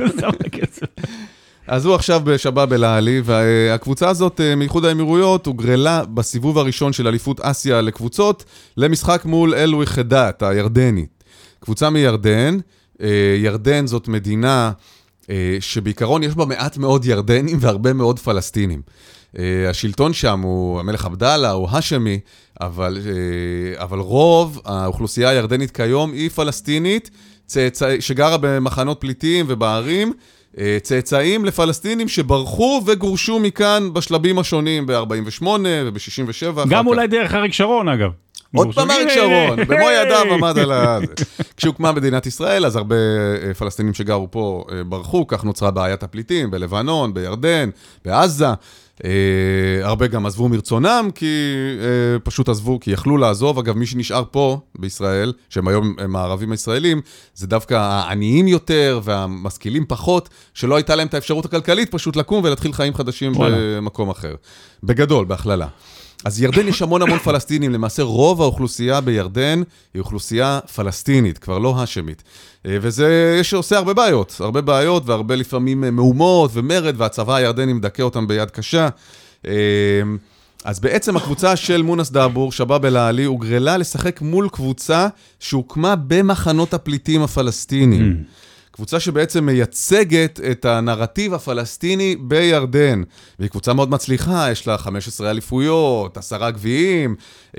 אז הוא עכשיו בשבאב אל אהלי, והקבוצה הזאת מאיחוד האמירויות הוגרלה בסיבוב הראשון של אליפות אסיה לקבוצות, למשחק מול אל-וחדאת, הירדנית. קבוצה מירדן, ירדן זאת מדינה שבעיקרון יש בה מעט מאוד ירדנים והרבה מאוד פלסטינים. השלטון שם הוא המלך עבדאללה, הוא השמי, אבל, אבל רוב האוכלוסייה הירדנית כיום היא פלסטינית, שגרה במחנות פליטים ובערים, צאצאים לפלסטינים שברחו וגורשו מכאן בשלבים השונים ב-ארבעים ושמונה וב-שישים ושבע. גם אולי דרך אריק שרון אגב. עוד פעם אריק שרון, במו ידיו עמד על זה. כשהוקמה מדינת ישראל, אז הרבה פלסטינים שגרו פה ברחו, כך נוצרה בעיית הפליטים בלבנון, בירדן, בעזה. הרבה גם עזבו מרצונם, כי פשוט עזבו, כי יכלו לעזוב. אגב, מי שנשאר פה בישראל, שהם היום הערבים הישראלים, זה דווקא העניים יותר והמשכילים פחות, שלא הייתה להם את האפשרות הכלכלית פשוט לקום ולהתחיל חיים חדשים במקום אחר. בגדול, בהכללה. אז ירדן יש המון המון פלסטינים, למעשה רוב האוכלוסייה בירדן היא אוכלוסייה פלסטינית, כבר לא השמית. וזה יש, עושה הרבה בעיות, הרבה בעיות והרבה לפעמים מהומות ומרד, והצבא הירדני מדכא אותם ביד קשה. אז בעצם הקבוצה של מונס דאבור, שבאב אל אהלי, הוגרלה לשחק מול קבוצה שהוקמה במחנות הפליטים הפלסטינים. קבוצה שבעצם מייצגת את הנרטיב הפלסטיני בירדן. והיא קבוצה מאוד מצליחה, יש לה חמש עשרה אליפויות, עשרה גביעים,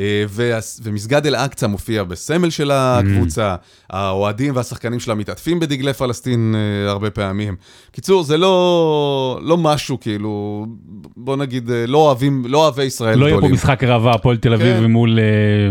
ומסגד אל-אקצא מופיע בסמל של הקבוצה. האוהדים והשחקנים שלה מתעטפים בדגלי פלסטין הרבה פעמים. קיצור, זה לא, לא משהו כאילו, בוא נגיד, לא אוהבים, לא אוהבי ישראל. לא יהיה פה משחק רעבה, הפועל תל אביב ומול...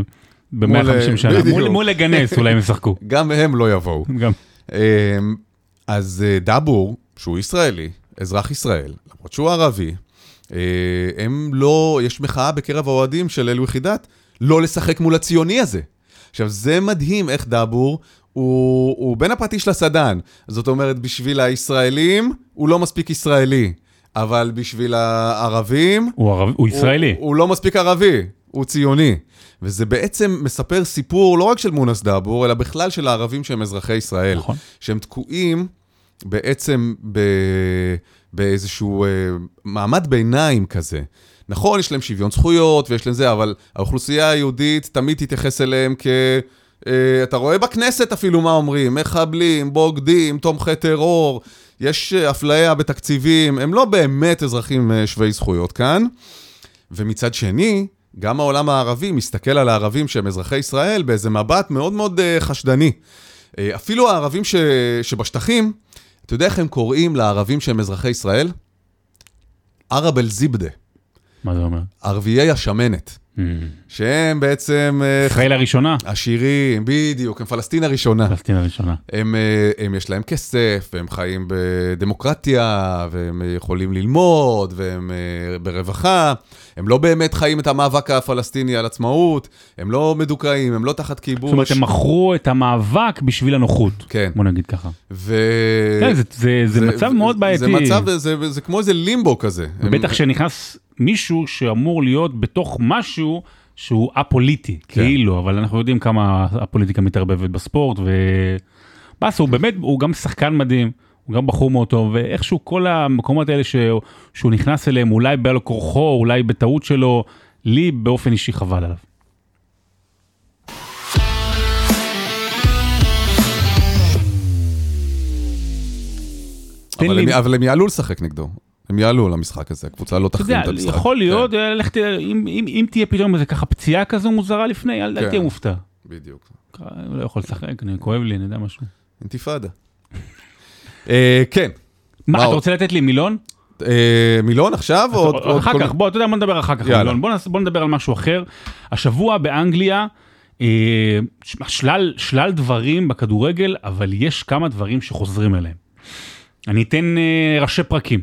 ב-מאה וחמישים שנה. מול לגנס אולי הם ישחקו. גם הם לא יבואו. גם. אז דאבור, שהוא ישראלי, אזרח ישראל, למרות שהוא ערבי, הם לא, יש מחאה בקרב האוהדים של אלו יחידת, לא לשחק מול הציוני הזה. עכשיו, זה מדהים איך דאבור, הוא, הוא בין הפטיש לסדן. זאת אומרת, בשביל הישראלים, הוא לא מספיק ישראלי. אבל בשביל הערבים... הוא, ערב, הוא ישראלי. הוא, הוא לא מספיק ערבי, הוא ציוני. וזה בעצם מספר סיפור לא רק של מונס דאבור, אלא בכלל של הערבים שהם אזרחי ישראל. נכון. שהם תקועים בעצם ב... באיזשהו אה, מעמד ביניים כזה. נכון, יש להם שוויון זכויות ויש להם זה, אבל האוכלוסייה היהודית תמיד תתייחס אליהם כ... אה, אתה רואה בכנסת אפילו מה אומרים, מחבלים, בוגדים, תומכי טרור, יש אפליה בתקציבים, הם לא באמת אזרחים שווי זכויות כאן. ומצד שני, גם העולם הערבי מסתכל על הערבים שהם אזרחי ישראל באיזה מבט מאוד מאוד אה, חשדני. אה, אפילו הערבים ש... שבשטחים, אתה יודע איך הם קוראים לערבים שהם אזרחי ישראל? ערב אל זיבדה. מה זה אומר? ערביי השמנת. Mm. שהם בעצם... ישראל הראשונה. עשירים, בדיוק, הם פלסטין הראשונה. פלסטין הראשונה. הם, הם יש להם כסף, והם חיים בדמוקרטיה, והם יכולים ללמוד, והם ברווחה. הם לא באמת חיים את המאבק הפלסטיני על עצמאות, הם לא מדוכאים, הם לא תחת כיבוש. זאת אומרת, הם מכרו את המאבק בשביל הנוחות. כן. בוא נגיד ככה. ו... כן, זה, זה, זה, זה מצב מאוד בעייתי. זה מצב, זה, זה כמו איזה לימבו כזה. בטח שנכנס מישהו שאמור להיות בתוך משהו שהוא א-פוליטי, כן. כאילו, אבל אנחנו יודעים כמה הפוליטיקה מתערבבת בספורט, ובאס, הוא באמת, הוא גם שחקן מדהים, הוא גם בחור מאוד טוב, ואיכשהו כל המקומות האלה שהוא, שהוא נכנס אליהם, אולי בעל כורחו, אולי בטעות שלו, לי באופן אישי חבל עליו. אבל, לי... הם, אבל הם יעלו לשחק נגדו. הם יעלו למשחק הזה, הקבוצה לא תחרים את המשחק. יכול להיות, כן. ללכת, אם, אם, אם תהיה פתאום איזה ככה פציעה כזו מוזרה לפני, אל כן. תהיה מופתע. בדיוק. לא יכול לשחק, אני כואב לי, אני יודע משהו. אינתיפאדה. אה, כן. מה, אתה רוצה לתת לי מילון? אה, מילון עכשיו? או, או אחר כל... כך, בוא, אתה יודע, בוא נדבר אחר כך. מילון. בוא, בוא נדבר על משהו אחר. השבוע באנגליה, אה, שלל, שלל דברים בכדורגל, אבל יש כמה דברים שחוזרים אליהם. אני אתן אה, ראשי פרקים.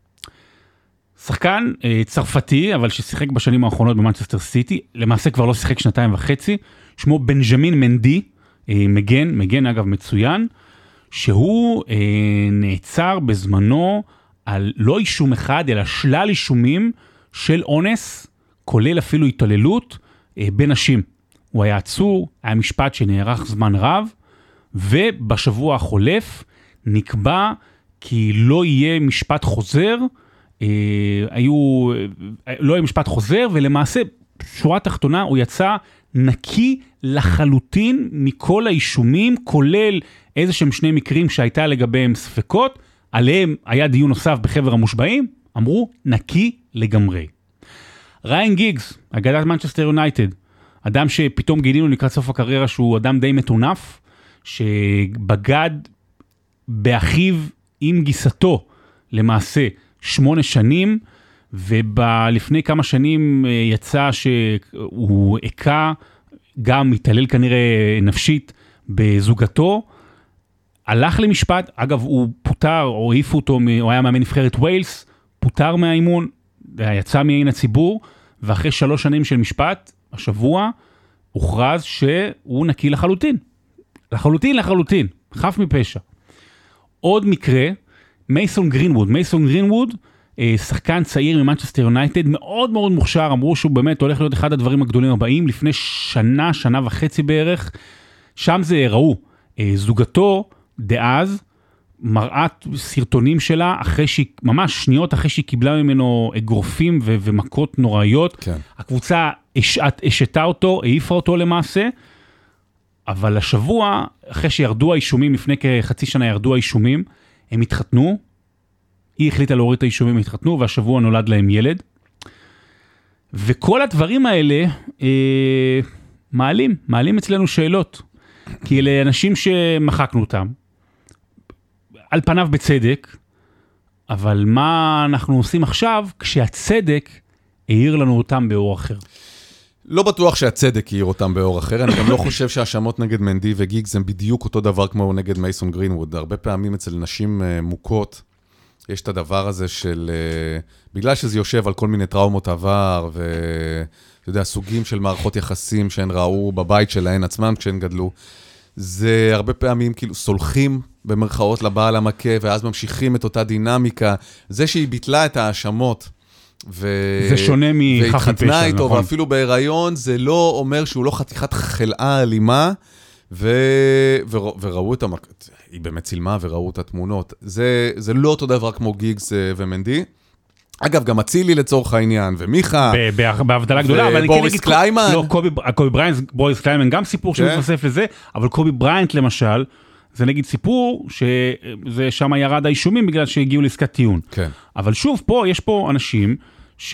שחקן אה, צרפתי, אבל ששיחק בשנים האחרונות במנצ'סטר סיטי, למעשה כבר לא שיחק שנתיים וחצי, שמו בנג'מין מנדי, אה, מגן, מגן אגב מצוין, שהוא אה, נעצר בזמנו על לא אישום אחד, אלא שלל אישומים של אונס, כולל אפילו התעללות אה, בנשים. הוא היה עצור, היה משפט שנערך זמן רב, ובשבוע החולף נקבע כי לא יהיה משפט חוזר, אה, היו, לא יהיה משפט חוזר, ולמעשה, שורה תחתונה, הוא יצא נקי לחלוטין מכל האישומים, כולל איזה שהם שני מקרים שהייתה לגביהם ספקות, עליהם היה דיון נוסף בחבר המושבעים, אמרו נקי לגמרי. ריין גיגס, אגדת מנצ'סטר יונייטד, אדם שפתאום גילינו לקראת סוף הקריירה שהוא אדם די מטונף, שבגד באחיו עם גיסתו למעשה שמונה שנים, ולפני כמה שנים יצא שהוא עקה, גם מתעלל כנראה נפשית בזוגתו, הלך למשפט, אגב הוא פוטר, או העיפו אותו, הוא היה מאמן נבחרת ויילס, פוטר מהאימון, יצא מעין הציבור, ואחרי שלוש שנים של משפט, השבוע, הוכרז שהוא נקי לחלוטין. לחלוטין, לחלוטין, חף מפשע. עוד מקרה, מייסון גרינווד, מייסון גרינווד, שחקן צעיר ממנצ'סטר יונייטד, מאוד מאוד מוכשר, אמרו שהוא באמת הולך להיות אחד הדברים הגדולים הבאים, לפני שנה, שנה וחצי בערך, שם זה ראו, זוגתו דאז, מראת סרטונים שלה, אחרי שהיא, ממש שניות אחרי שהיא קיבלה ממנו אגרופים ו- ומכות נוראיות, כן. הקבוצה השתה אותו, העיפה אותו למעשה, אבל השבוע, אחרי שירדו האישומים, לפני כחצי שנה ירדו האישומים, הם התחתנו, היא החליטה להוריד את האישומים, הם התחתנו, והשבוע נולד להם ילד. וכל הדברים האלה אה, מעלים, מעלים אצלנו שאלות. כי אלה אנשים שמחקנו אותם, על פניו בצדק, אבל מה אנחנו עושים עכשיו, כשהצדק העיר לנו אותם באור אחר? לא בטוח שהצדק יעיר אותם באור אחר, אני גם לא חושב שהאשמות נגד מנדי וגיגס הם בדיוק אותו דבר כמו נגד מייסון גרינווד. הרבה פעמים אצל נשים מוכות, יש את הדבר הזה של, בגלל שזה יושב על כל מיני טראומות עבר, ואתה יודע, סוגים של מערכות יחסים שהן ראו בבית שלהן עצמם כשהן גדלו, זה הרבה פעמים כאילו סולחים במרכאות לבעל המכה, ואז ממשיכים את אותה דינמיקה. זה שהיא ביטלה את האשמות, ו... זה שונה מחף מפשע, איתו, נכון. ואפילו בהיריון, זה לא אומר שהוא לא חתיכת חלאה אלימה, ו... ו... וראו את המק... היא באמת צילמה וראו את התמונות. זה, זה לא אותו דבר כמו גיגס ומנדי. אגב, גם אצילי לצורך העניין, ומיכה. בהבדלה גדולה, אבל אני כן ובוריס קליימן. לא, קובי בריינט, בוריס קליימן, גם סיפור שמתווסף לזה, אבל קובי בריינט למשל, זה נגיד סיפור שזה שם ירד האישומים בגלל שהגיעו לעסקת טיעון. כן. אבל שוב, פה, יש פה אנשים ש...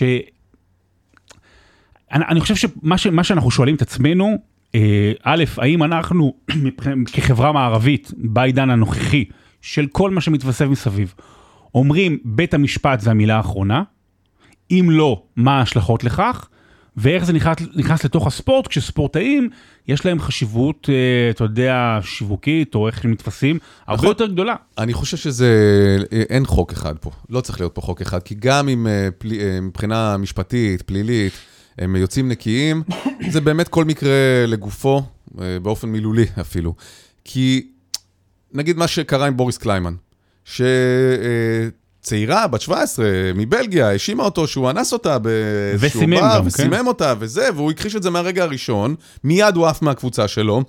אני, אני חושב שמה ש, מה שאנחנו שואלים את עצמנו, א', האם אנחנו כחברה מערבית, בעידן הנוכחי, של כל מה שמתווסף מסביב, אומרים, בית המשפט זה המילה האחרונה, אם לא, מה ההשלכות לכך, ואיך זה נכנס, נכנס לתוך הספורט, כשספורטאים יש להם חשיבות, אתה יודע, שיווקית, או איך הם מתפסים, הרבה יותר גדולה. אני חושב שזה, אין חוק אחד פה, לא צריך להיות פה חוק אחד, כי גם אם מבחינה משפטית, פלילית, הם יוצאים נקיים, זה באמת כל מקרה לגופו, באופן מילולי אפילו. כי נגיד מה שקרה עם בוריס קליימן, שצעירה, בת שבע עשרה, מבלגיה, האשימה אותו שהוא אנס אותה באיזשהו בר, וסימם אותה וזה, והוא הכחיש את זה מהרגע הראשון, מיד הוא עף מהקבוצה שלו.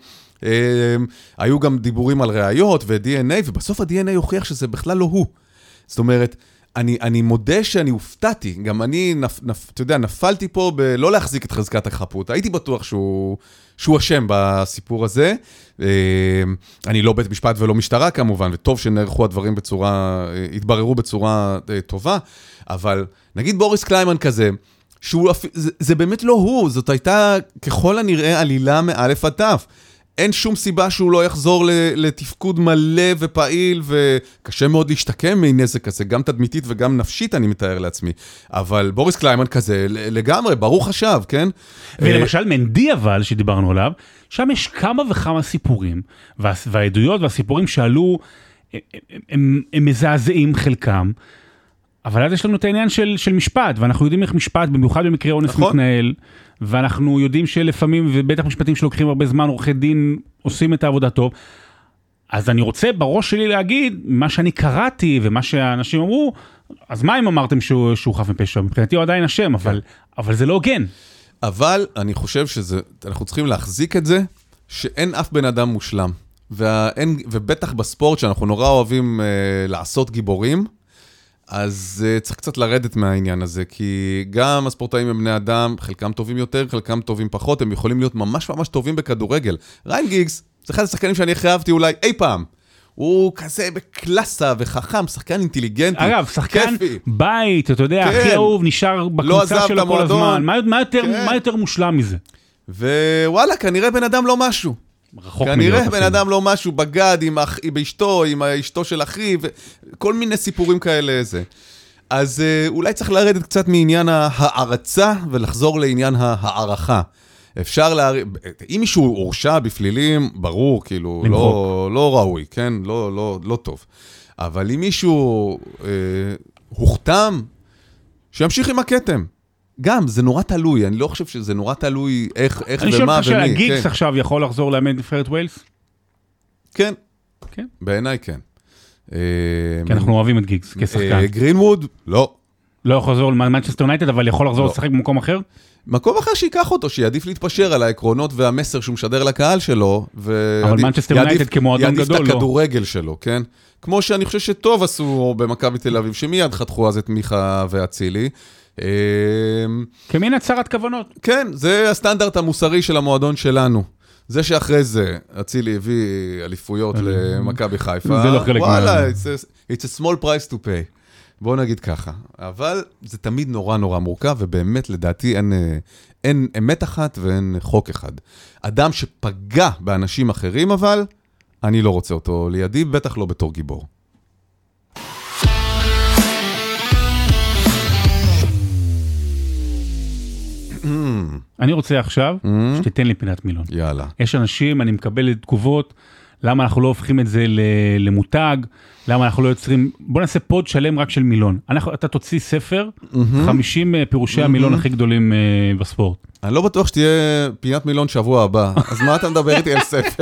היו גם דיבורים על ראיות ו-די אן איי, ובסוף ה-די אן איי הוכיח שזה בכלל לא הוא. זאת אומרת, אני, אני מודה שאני הופתעתי, גם אני, נפ, נפ, אתה יודע, נפלתי פה בלא להחזיק את חזקת החפות, הייתי בטוח שהוא, שהוא אשם בסיפור הזה, אני לא בית משפט ולא משטרה כמובן, וטוב שנערכו הדברים בצורה, התבררו בצורה טובה, אבל נגיד בוריס קליימן כזה, שהוא, זה, זה באמת לא הוא, זאת הייתה ככל הנראה עלילה מאלף עד תף, אין שום סיבה שהוא לא יחזור לתפקוד מלא ופעיל, וקשה מאוד להשתקם מנזק כזה, גם תדמיתית וגם נפשית, אני מתאר לעצמי. אבל בוריס קליימן כזה, לגמרי, ברוך השב, כן? ולמשל מנדי אבל, שדיברנו עליו, שם יש כמה וכמה סיפורים, והעדויות והסיפורים שעלו, הם מזעזעים חלקם, אבל אז יש לנו את העניין של, של משפט, ואנחנו יודעים איך משפט, במיוחד במקרה אונס נכון. מתנהל, ואנחנו יודעים שלפעמים, ובטח משפטים שלוקחים הרבה זמן, עורכי דין עושים את העבודה טוב, אז אני רוצה בראש שלי להגיד, מה שאני קראתי, ומה שהאנשים אמרו, אז מה אם אמרתם שהוא, שהוא חף מפשע? מבחינתי הוא עדיין אשם, אבל, אבל זה לא הוגן. אבל אני חושב שאנחנו צריכים להחזיק את זה, שאין אף בן אדם מושלם, ואין, ובטח בספורט שאנחנו נורא אוהבים אה, לעשות גיבורים, אז uh, צריך קצת לרדת מהעניין הזה, כי גם הספורטאים הם בני אדם, חלקם טובים יותר, חלקם טובים פחות, הם יכולים להיות ממש ממש טובים בכדורגל. ריין גיגס, זה אחד השחקנים שאני הכי אהבתי אולי אי פעם. הוא כזה בקלאסה וחכם, שחקן אינטליגנטי. אגב, שחקן כיפי. בית, אתה יודע, כן. הכי אהוב, נשאר בקבוצה לא שלו כל הזמן. מה, מה, יותר, כן. מה יותר מושלם מזה? ווואלה, כנראה בן אדם לא משהו. כנראה בן אדם לא משהו, בגד עם באשתו, עם אשתו של אחי, וכל מיני סיפורים כאלה זה. אז אולי צריך לרדת קצת מעניין הערצה, ולחזור לעניין הערכה. אפשר להר... אם מישהו הורשע בפלילים, ברור, כאילו, לא, לא ראוי, כן? לא, לא, לא טוב. אבל אם מישהו אה, הוכתם, שימשיך עם הכתם. גם, זה נורא תלוי, אני לא חושב שזה נורא תלוי איך, איך ומה ומי. אני חושב שהגיגס עכשיו יכול לחזור לאמן נבחרת ווילס? כן. כן? בעיניי כן. כי אנחנו אוהבים את גיגס כשחקן. גרינווד? לא. לא יכול לחזור למנצ'סטר יונייטד, אבל יכול לחזור לשחק במקום אחר? מקום אחר שיקח אותו, שיעדיף להתפשר על העקרונות והמסר שהוא משדר לקהל שלו, אבל מנצ'סטר יונייטד כמועדון גדול, לא. יעדיף את הכדורגל שלו, כן? כמו שאני חושב שטוב עשו במכבי תל אביב, שמיד חתכו אז את מיכה ואצילי. כמין הצהרת כוונות. כן, זה הסטנדרט המוסרי של המועדון שלנו. זה שאחרי זה, אצילי הביא אליפויות למכבי חיפה. זה לא חלק מה... וואלה, it's a small price to pay. בואו נגיד ככה. אבל זה תמיד נורא נורא מורכב, ובאמת לדעתי אין, אין אמת אחת ואין חוק אחד. אדם שפגע באנשים אחרים, אבל אני לא רוצה אותו לידי, בטח לא בתור גיבור. אני רוצה עכשיו שתיתן לי פינת מילון. יאללה. יש אנשים, אני מקבל תגובות, למה אנחנו לא הופכים את זה למותג, למה אנחנו לא יוצרים, בוא נעשה פוד שלם רק של מילון. אתה תוציא ספר, חמישים פירושי המילון הכי גדולים בספורט. אני לא בטוח שתהיה פינת מילון שבוע הבא, אז מה אתה מדבר איתי על ספר?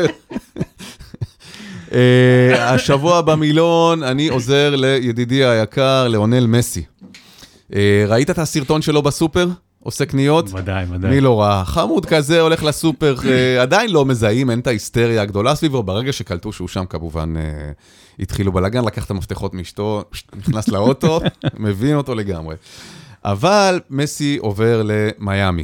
השבוע במילון אני עוזר לידידי היקר, לאונל מסי. ראית את הסרטון שלו בסופר? עושה קניות? ודאי, ודאי. מי לא ראה? חמוד כזה הולך לסופר, עדיין לא מזהים, אין את ההיסטריה הגדולה סביבו, ברגע שקלטו שהוא שם כמובן התחילו בלגן, לקח את המפתחות מאשתו, נכנס לאוטו, מבין אותו לגמרי. אבל מסי עובר למיימי,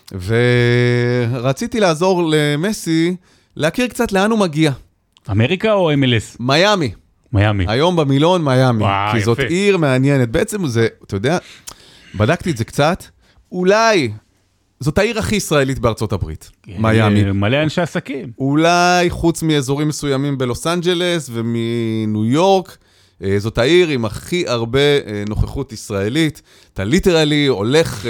ורציתי לעזור למסי להכיר קצת לאן הוא מגיע. אמריקה או אם אל אס? מיימי. מיימי. היום במילון מיימי, וואו, כי יפה. זאת עיר מעניינת. בעצם זה, אתה יודע, בדקתי את זה קצת, אולי זאת העיר הכי ישראלית בארצות הברית, מיימי. מלא אנשי עסקים. אולי חוץ מאזורים מסוימים בלוס אנג'לס ומניו יורק, זאת העיר עם הכי הרבה נוכחות ישראלית. אתה ליטרלי הולך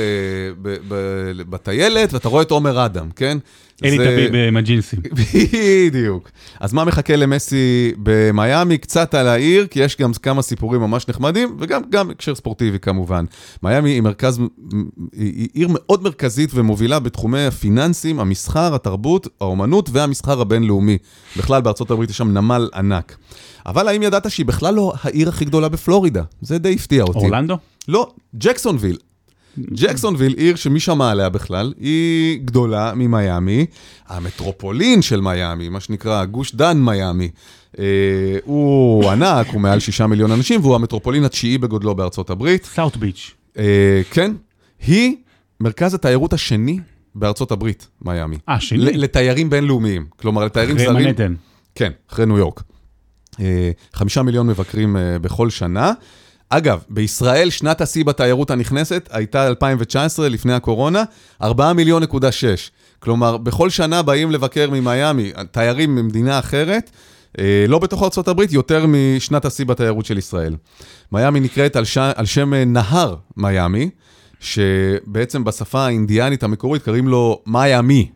בטיילת ואתה רואה את עומר אדם, כן? אלי טביב במג'ינסים. בדיוק. אז מה מחכה למסי במיימי? קצת על העיר, כי יש גם כמה סיפורים ממש נחמדים, וגם גם הקשר ספורטיבי כמובן. מיימי היא מרכז, היא עיר מאוד מרכזית ומובילה בתחומי הפיננסים, המסחר, התרבות, האומנות והמסחר הבינלאומי. בכלל בארצות הברית יש שם נמל ענק. אבל האם ידעת שהיא בכלל לא העיר הכי גדולה בפלורידה? זה די הפתיע אותי. אורלנדו? לא, ג'קסונוויל. ג'קסונוויל, עיר שמי שמע עליה בכלל, היא גדולה ממיימי, המטרופולין של מיימי, מה שנקרא גוש דן מיימי, אה, הוא ענק, הוא מעל שישה מיליון אנשים, והוא המטרופולין התשיעי בגודלו בארצות הברית. סאוט ביץ'. אה, כן, היא מרכז התיירות השני בארצות הברית, מיימי. אה, שני? לתיירים בינלאומיים, כלומר לתיירים אחרי זרים. מנהטן. כן, אחרי ניו יורק. אה, חמישה מיליון מבקרים אה, בכל שנה. אגב, בישראל שנת השיא בתיירות הנכנסת הייתה אלפיים תשע עשרה לפני הקורונה, ארבעה מיליון נקודה שש. כלומר, בכל שנה באים לבקר ממיימי, תיירים ממדינה אחרת, אה, לא בתוך ארצות הברית, יותר משנת השיא בתיירות של ישראל. מיימי נקראת על, ש... על שם נהר מיימי, שבעצם בשפה האינדיאנית המקורית קוראים לו מיימי.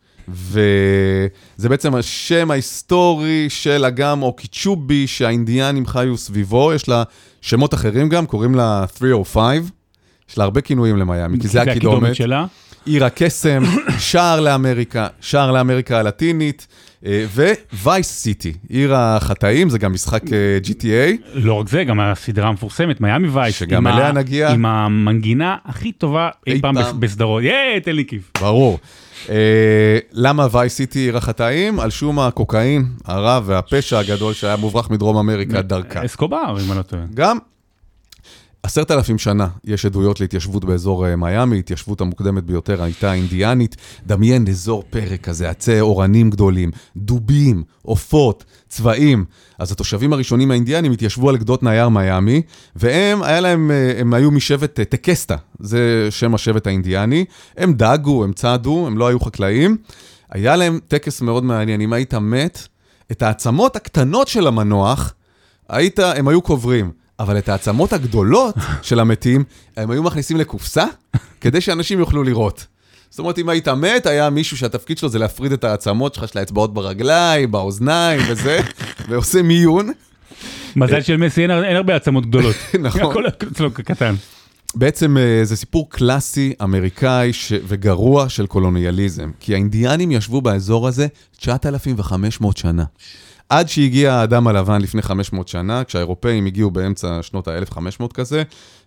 וזה בעצם השם ההיסטורי של אגם אוקיצ'ובי שהאינדיאנים חיו סביבו, יש לה שמות אחרים גם, קוראים לה שלוש מאות חמש, יש לה הרבה כינויים למיימי, כי זה הקידומת שלה. עיר הקסם, שער לאמריקה, שער לאמריקה הלטינית, ווייס סיטי, עיר החטאים, זה גם משחק ג'י טי איי. לא רק זה, גם הסדרה המפורסמת, מיימי וייס. שגם אליה נגיע. עם המנגינה הכי טובה אי פעם בסדרות. יאי, תן לי כיף. ברור. למה וייס סיטי עיר החטאים? על שום הקוקאין, הרע והפשע הגדול שהיה מוברח מדרום אמריקה דרכה. אסקובר, אם אני לא טועה. גם עשרת אלפים שנה יש עדויות להתיישבות באזור מיימי, התיישבות המוקדמת ביותר הייתה אינדיאנית, דמיין אזור פרק כזה, עצי אורנים גדולים, דובים, עופות, צבעים. אז התושבים הראשונים האינדיאנים התיישבו על גדות נהר מיימי, והם, היה להם, הם היו משבט טקסטה, זה שם השבט האינדיאני, הם דאגו, הם צעדו, הם לא היו חקלאים, היה להם טקס מאוד מעניין, אם היית מת, את העצמות הקטנות של המנוח, היית, הם היו קוברים, אבל את העצמות הגדולות של המתים, הם היו מכניסים לקופסה, כדי שאנשים יוכלו לראות. זאת אומרת, אם היית מת, היה מישהו שהתפקיד שלו זה להפריד את העצמות שלך, של האצבעות ברגליים, באוזניים וזה, ועושה מיון. מזל של מסי, אין הרבה עצמות גדולות. נכון. הכל אצלו קטן. בעצם זה סיפור קלאסי אמריקאי ש... וגרוע של קולוניאליזם, כי האינדיאנים ישבו באזור הזה תשעת אלפים וחמש מאות שנה. עד שהגיע האדם הלבן לפני חמש מאות שנה, כשהאירופאים הגיעו באמצע שנות ה-אלף וחמש מאות כזה,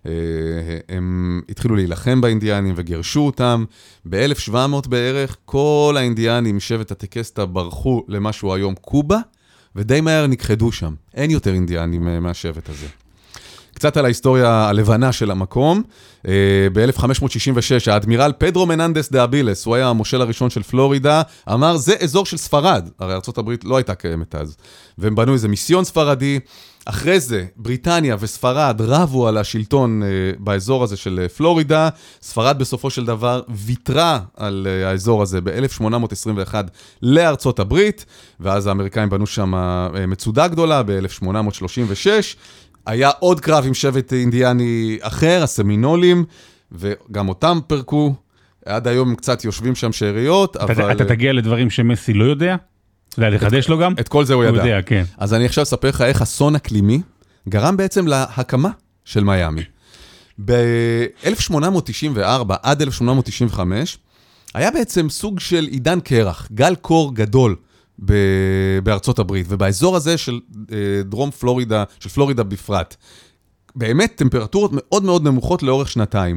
הם התחילו להילחם באינדיאנים וגירשו אותם. ב-אלף ושבע מאות בערך, כל האינדיאנים שבט הטקסטה ברחו למשהו היום קובה, ודי מהר נכחדו שם. אין יותר אינדיאנים מהשבט הזה. קצת על ההיסטוריה הלבנה של המקום. ב-אלף חמש מאות שישים ושש, האדמירל פדרו מננדס דה אבילס, הוא היה המושל הראשון של פלורידה, אמר, זה אזור של ספרד. הרי ארצות הברית לא הייתה קיימת אז. והם בנו איזה מיסיון ספרדי. אחרי זה, בריטניה וספרד רבו על השלטון באזור הזה של פלורידה. ספרד בסופו של דבר ויתרה על האזור הזה ב-אלף שמונה מאות עשרים ואחת לארצות הברית, ואז האמריקאים בנו שם מצודה גדולה ב-אלף שמונה מאות שלושים ושש. היה עוד קרב עם שבט אינדיאני אחר, הסמינולים, וגם אותם פרקו, עד היום קצת יושבים שם שאריות, אבל... אתה תגיע לדברים שמסי לא יודע? אתה יודע, לחדש לו גם? את כל זה הוא ידע. הוא יודע, כן. אז אני עכשיו אספר לך איך אסון אקלימי גרם בעצם להקמה של מיאמי. ב-אלף שמונה מאות תשעים וארבע עד אלף שמונה מאות תשעים וחמש, היה בעצם סוג של עידן קרח, גל קור גדול בארצות הברית, ובאזור הזה של דרום פלורידה, של פלורידה בפרט. באמת טמפרטורות מאוד מאוד נמוכות לאורך שנתיים.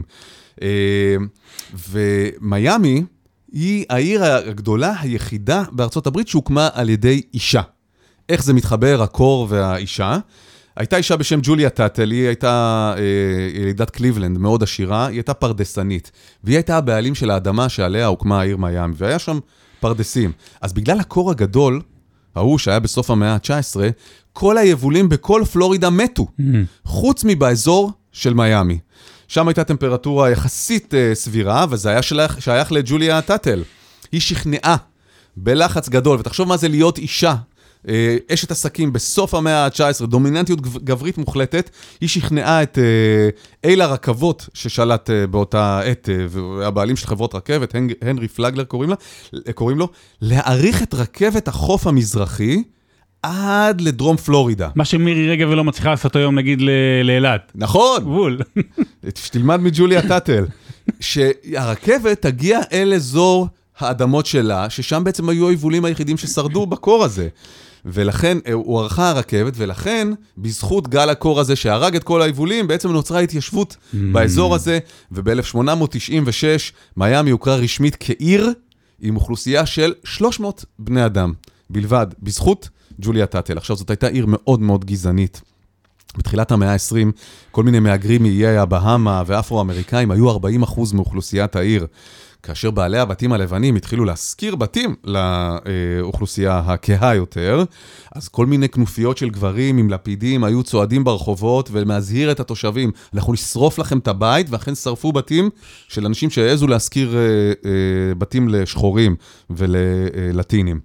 ומיאמי היא העיר הגדולה היחידה בארצות הברית שהוקמה על ידי אישה. איך זה מתחבר, הקור והאישה? הייתה אישה בשם ג'וליה טאטל, היא הייתה ילידת קליבלנד, מאוד עשירה, היא הייתה פרדסנית, והיא הייתה הבעלים של האדמה שעליה הוקמה העיר מיאמי, והיה שם פרדסים. אז בגלל הקור הגדול, ההוא שהיה בסוף המאה ה-תשע עשרה, כל היבולים בכל פלורידה מתו, mm-hmm. חוץ מבאזור של מיאמי. שם הייתה טמפרטורה יחסית uh, סבירה, וזה היה שייך, שייך לג'וליה טאטל. היא שכנעה בלחץ גדול, ותחשוב מה זה להיות אישה, uh, אשת עסקים בסוף המאה ה-תשע עשרה, דומיננטיות גברית מוחלטת, היא שכנעה את uh, איל הרכבות ששלט uh, באותה עת, uh, והבעלים של חברות רכבת, הנג, הנרי פלגלר קוראים, לה, קוראים לו, להעריך את רכבת החוף המזרחי, עד לדרום פלורידה. מה שמירי רגע ולא מצליחה לעשות היום, נגיד, לאילת. נכון. בול. שתלמד מג'וליה טאטל. שהרכבת תגיע אל אזור האדמות שלה, ששם בעצם היו היבולים היחידים ששרדו בקור הזה. ולכן, הוא ערכה הרכבת, ולכן, בזכות גל הקור הזה שהרג את כל היבולים, בעצם נוצרה התיישבות mm. באזור הזה, וב-אלף שמונה מאות תשעים ושש, מיאמי הוכרה רשמית כעיר, עם אוכלוסייה של שלוש מאות בני אדם, בלבד, בזכות ג'וליה טאטל. עכשיו, זאת הייתה עיר מאוד מאוד גזענית. בתחילת המאה ה-עשרים, כל מיני מהגרים מאיי הבהאמה ואפרו-אמריקאים היו ארבעים אחוז מאוכלוסיית העיר. כאשר בעלי הבתים הלבנים התחילו להשכיר בתים לאוכלוסייה הכהה יותר, אז כל מיני כנופיות של גברים עם לפידים היו צועדים ברחובות ולהזהיר את התושבים, אנחנו נשרוף לכם את הבית, ואכן שרפו בתים של אנשים שהעזו להשכיר בתים לשחורים וללטינים.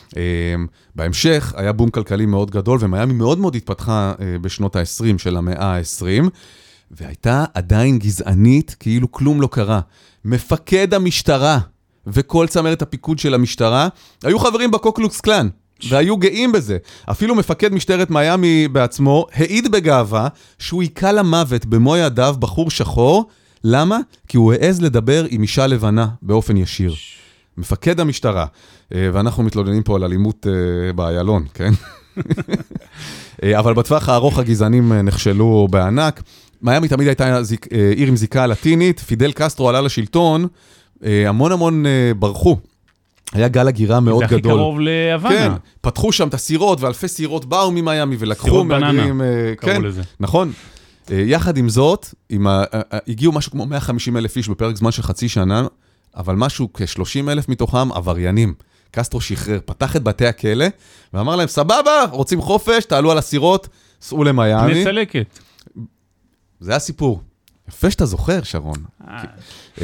בהמשך היה בום כלכלי מאוד גדול, ומיאמי מאוד מאוד התפתחה בשנות ה-עשרים של המאה ה-עשרים, והייתה עדיין גזענית כאילו כלום לא קרה. מפקד המשטרה וכל צמרת הפיקוד של המשטרה היו חברים בקוקלוקס קלאן, והיו גאים בזה. אפילו מפקד משטרת מיאמי בעצמו העיד בגאווה שהוא עיקה למוות במו ידיו בחור שחור. למה? כי הוא העז לדבר עם אישה לבנה באופן ישיר. מפקד המשטרה. ואנחנו מתלוננים פה על אלימות באיילון, כן? אבל בטווח הארוך הגזענים נכשלו בענק. מיאמי תמיד הייתה עיר עם זיקה לטינית, פידל קסטרו עלה לשלטון, המון המון ברחו. היה גל הגירה מאוד גדול. זה הכי קרוב להוואנה. כן, פתחו שם את הסירות, ואלפי סירות באו ממיאמי ולקחו מהגרים. כן, נכון. יחד עם זאת, הגיעו משהו כמו מאה וחמישים אלף איש בפרק זמן של חצי שנה, אבל משהו כ-שלושים אלף מתוכם עבריינים. קסטרו שחרר, פתח את בתי הכלא, ואמר להם, סבבה, רוצים חופש, תעלו על הסירות, סעו למיאמי. נצלקת. זה הסיפור. יפה שאתה זוכר, שרון. זה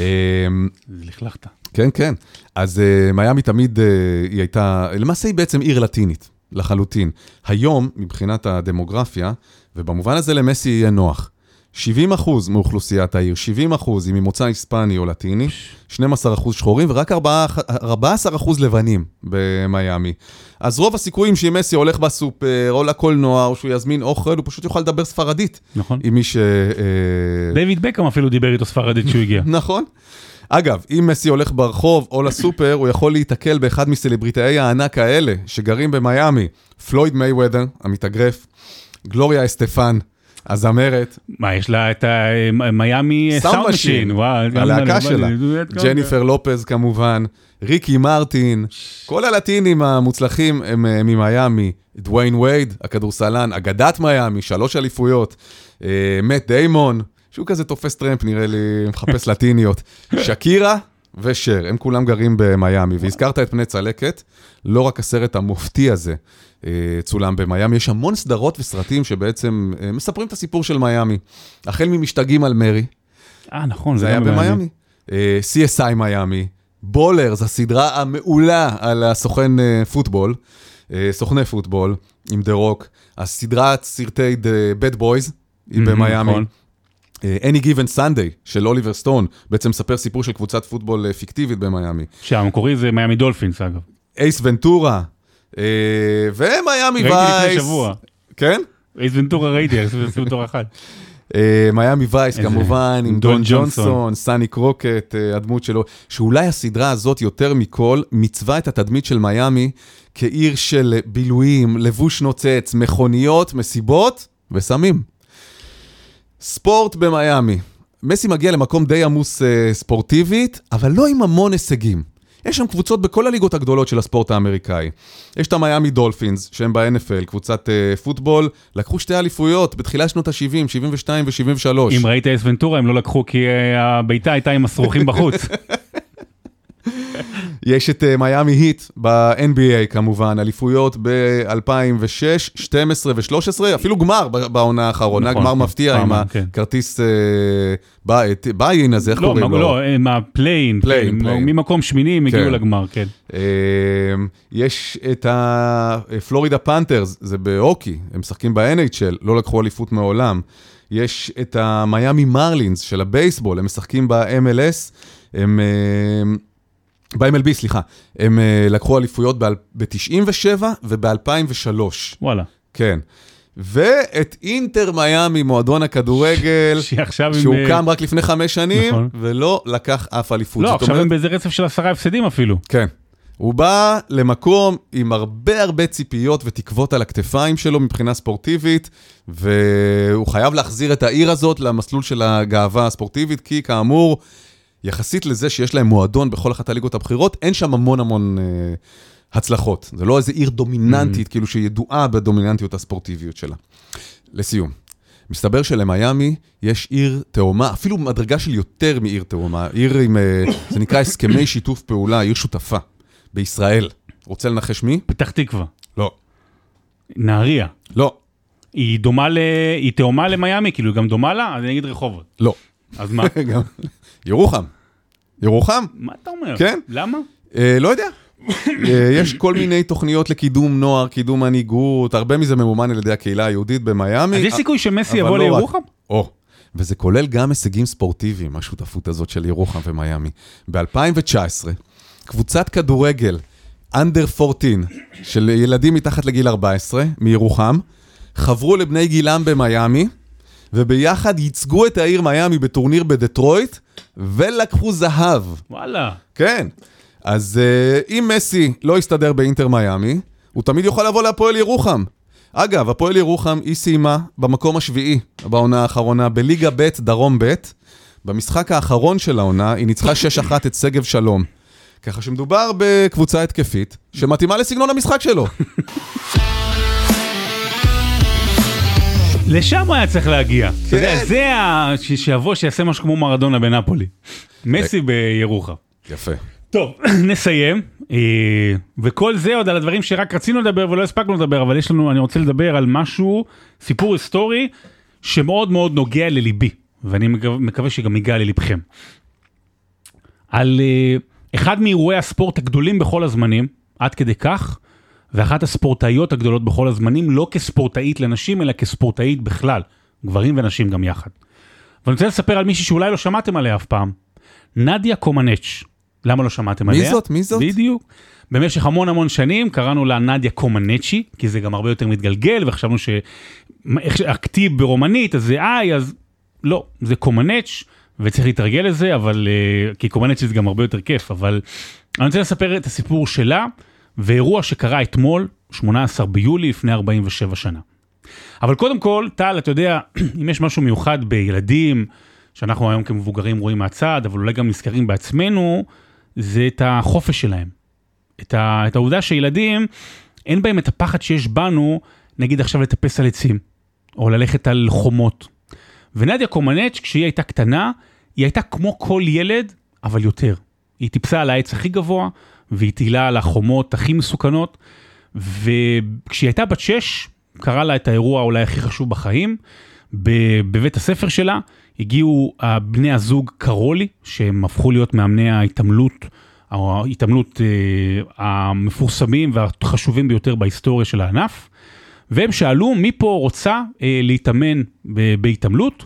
לכלכת. כן, כן. אז מיאמי תמיד היא הייתה, למעשה היא בעצם עיר לטינית, לחלוטין. היום, מבחינת הדמוגרפיה, ובמובן הזה למסי יהיה נוח, שבעים אחוז מאוכלוסיית העיר, שבעים אחוז היא ממוצא היספני או לטיני, שנים עשר אחוז שחורים, ורק ארבעה עשר אחוז לבנים במיאמי. אז רוב הסיכויים שאם מסי הולך בסופר, או לקולנוע, או שהוא יזמין אוכל, הוא פשוט יוכל לדבר ספרדית. נכון. עם מי ש... דיוויד בקאם אפילו דיבר איתו ספרדית שהוא הגיע. נכון. אגב, אם מסי הולך ברחוב או לסופר, הוא יכול להתקל באחד מסלבריטאי הענק האלה, שגרים במיאמי, פלויד מייוודר, המתאגרף, גלוריה אסטפן, הזמרת. מה, יש לה את מיאמי סאונד משין, הלהקה שלה. ג'ניפר לופז כמובן, ריקי מרטין, כל הלטינים המוצלחים הם ממיאמי, דוויין וייד, הכדורסלן, אגדת מיאמי, שלוש אליפויות, מאט דיימון, שהוא כזה תופס טרמפ, נראה לי מחפש לטיניות, שקירה ושר, הם כולם גרים במיאמי, והזכרת את פני צלקת, לא רק הסרט המופתי הזה, צולם במיאמי, יש המון סדרות וסרטים שבעצם מספרים את הסיפור של מיאמי, החל ממשתגעים על מרי, אה נכון, זה היה במיאמי, סי אס איי מיאמי, בולרס, הסדרה המעולה על הסוכן פוטבול, סוכני פוטבול עם דה רוק, הסדרת סרטי בד בויז, היא במיאמי, Any Given Sunday של אוליבר סטון, בעצם מספר סיפור של קבוצת פוטבול פיקטיבית במיימי. שהמקורי זה מיימי דולפינס, אגב. אייס ונטורה, ומיימי וייס. ראיתי לפני שבוע. כן? אייס ונטורה ראיתי, אייס ונטורה אחת. מיימי וייס, כמובן, עם דון ג'ונסון, סני קרוקט, הדמות שלו, שאולי הסדרה הזאת יותר מכל, מצווה את התדמית של מיימי, כעיר של בילויים, לבוש נוצץ, מכוניות, מסיבות וסמים. ספורט במיימי. מסי מגיע למקום די עמוס ספורטיבית, אבל לא עם המון הישגים. יש שם קבוצות בכל הליגות הגדולות של הספורט האמריקאי. יש את המיימי דולפינס, שהם ב-אן אף אל, קבוצת uh, פוטבול, לקחו שתי אליפויות בתחילת שנות ה-שבעים, שבעים ושתיים ו-שבעים ושלוש. אם ראית אס ונטורה, הם לא לקחו כי uh, הביתה הייתה עם הסרוכים בחוץ. יש את uh, מיימי היט ב-אן בי איי כמובן, אליפויות ב-אלפיים ושש, שתים עשרה ו-שלוש עשרה, אפילו גמר בעונה האחרונה, גמר מפתיע עם הכרטיס ביין הזה, איך קוראים לו? לא, עם הפליין, ממקום שמיני הם הגיעו לגמר, כן. יש את הפלורידה פנתרס, זה בהוקי, הם משחקים ב-אן אייץ' אל, לא לקחו אליפות מעולם. יש את המיימי מרלינס של הבייסבול, הם משחקים ב-אם אל אס, הם... ב-אם אל בי, סליחה, הם uh, לקחו אליפויות ב-תשעים ושבע וב-אלפיים ושלוש. וואלה. כן. ואת אינטר מיימי, מועדון הכדורגל, שהוקם עם... רק לפני חמש שנים, נכון. ולא לקח אף אליפות. לא, עכשיו אומרת... הם באיזה רצף של עשרה הפסדים אפילו. כן. הוא בא למקום עם הרבה הרבה ציפיות ותקוות על הכתפיים שלו מבחינה ספורטיבית, והוא חייב להחזיר את העיר הזאת למסלול של הגאווה הספורטיבית, כי כאמור, יחסית לזה שיש להם מועדון בכל אחת הליגות הבחירות, אין שם המון המון אה, הצלחות. זה לא איזה עיר דומיננטית, mm-hmm. כאילו שידועה בדומיננטיות הספורטיביות שלה. לסיום, מסתבר שלמיימי יש עיר תאומה, אפילו מדרגה של יותר מעיר תאומה, עיר עם, אה, זה נקרא הסכמי שיתוף פעולה, עיר שותפה, בישראל. רוצה לנחש מי? פתח תקווה. לא. נהריה. לא. היא דומה ל... היא תאומה למיימי, כאילו היא גם דומה לה, אז אני אגיד רחובות. לא. אז מה? ירוחם. ירוחם? מה אתה אומר? כן. למה? אה, לא יודע. אה, יש כל מיני תוכניות לקידום נוער, קידום מנהיגות, הרבה מזה ממומן על ידי הקהילה היהודית במיימי. אז יש סיכוי שמסי יבוא לירוחם? או, וזה כולל גם הישגים ספורטיביים, השותפות הזאת של ירוחם ומיימי. ב-אלפיים תשע עשרה, קבוצת כדורגל, אנדר ארבע עשרה, של ילדים מתחת לגיל ארבע עשרה, מירוחם, חברו לבני גילם במיימי, וביחד ייצגו את העיר מיימי בטורניר בדטרויט, ולקחו זהב. וואלה. כן. אז uh, אם מסי לא יסתדר באינטר מיימי, הוא תמיד יוכל לבוא להפועל ירוחם. אגב, הפועל ירוחם היא סיימה במקום השביעי, בעונה האחרונה, בליגה ב' דרום ב', במשחק האחרון של העונה, היא ניצחה שש אחת את סגב שלום. ככה שמדובר בקבוצה התקפית, שמתאימה לסגנון המשחק שלו. לשם היה צריך להגיע. כן. זה שיבוא שיעשה משהו כמו מרדונה בנפולי. מסי בירוחם. יפה. טוב, נסיים. וכל זה עוד על הדברים שרק רצינו לדבר ולא הספקנו לדבר, אבל יש לנו, אני רוצה לדבר על משהו, סיפור היסטורי, שמאוד מאוד נוגע לליבי, ואני מקווה שגם ייגע ללבכם. על אחד מאירועי הספורט הגדולים בכל הזמנים, עד כדי כך, ואחת הספורטאיות הגדולות בכל הזמנים, לא כספורטאית לנשים, אלא כספורטאית בכלל, גברים ונשים גם יחד. ואני רוצה לספר על מישהי שאולי לא שמעתם עליה אף פעם, נדיה קומנץ'. למה לא שמעתם עליה? מי זאת? מי זאת? בדיוק. במשך המון המון שנים קראנו לה נדיה קומנצ'י, כי זה גם הרבה יותר מתגלגל, וחשבנו שהכתיב ברומנית, אז זה איי, אז לא, זה קומנץ', וצריך להתרגל לזה, אבל, כי קומנצ'י זה גם הרבה יותר כיף, אבל אני רוצה לספר את הסיפור שלה, ואירוע שקרה אתמול, שמונה עשר ביולי, לפני ארבעים ושבע שנה. אבל קודם כל, טל, אתה יודע, אם יש משהו מיוחד בילדים, שאנחנו היום כמבוגרים רואים מהצד, אבל אולי גם נזכרים בעצמנו, זה את החופש שלהם. את, ה, את העובדה שילדים, אין בהם את הפחד שיש בנו, נגיד עכשיו לטפס על עצים, או ללכת על חומות. ונדיה קומנץ' כשהיא הייתה קטנה, היא הייתה כמו כל ילד, אבל יותר. היא טיפסה על העץ הכי גבוה, והיא טילה על החומות הכי מסוכנות, וכשהיא הייתה בת שש, קרה לה את האירוע אולי הכי חשוב בחיים, בבית הספר שלה, הגיעו בני הזוג קרולי, שהם הפכו להיות מאמני ההתעמלות, ההתעמלות המפורסמים והחשובים ביותר בהיסטוריה של הענף, והם שאלו מי פה רוצה להתאמן בהתעמלות,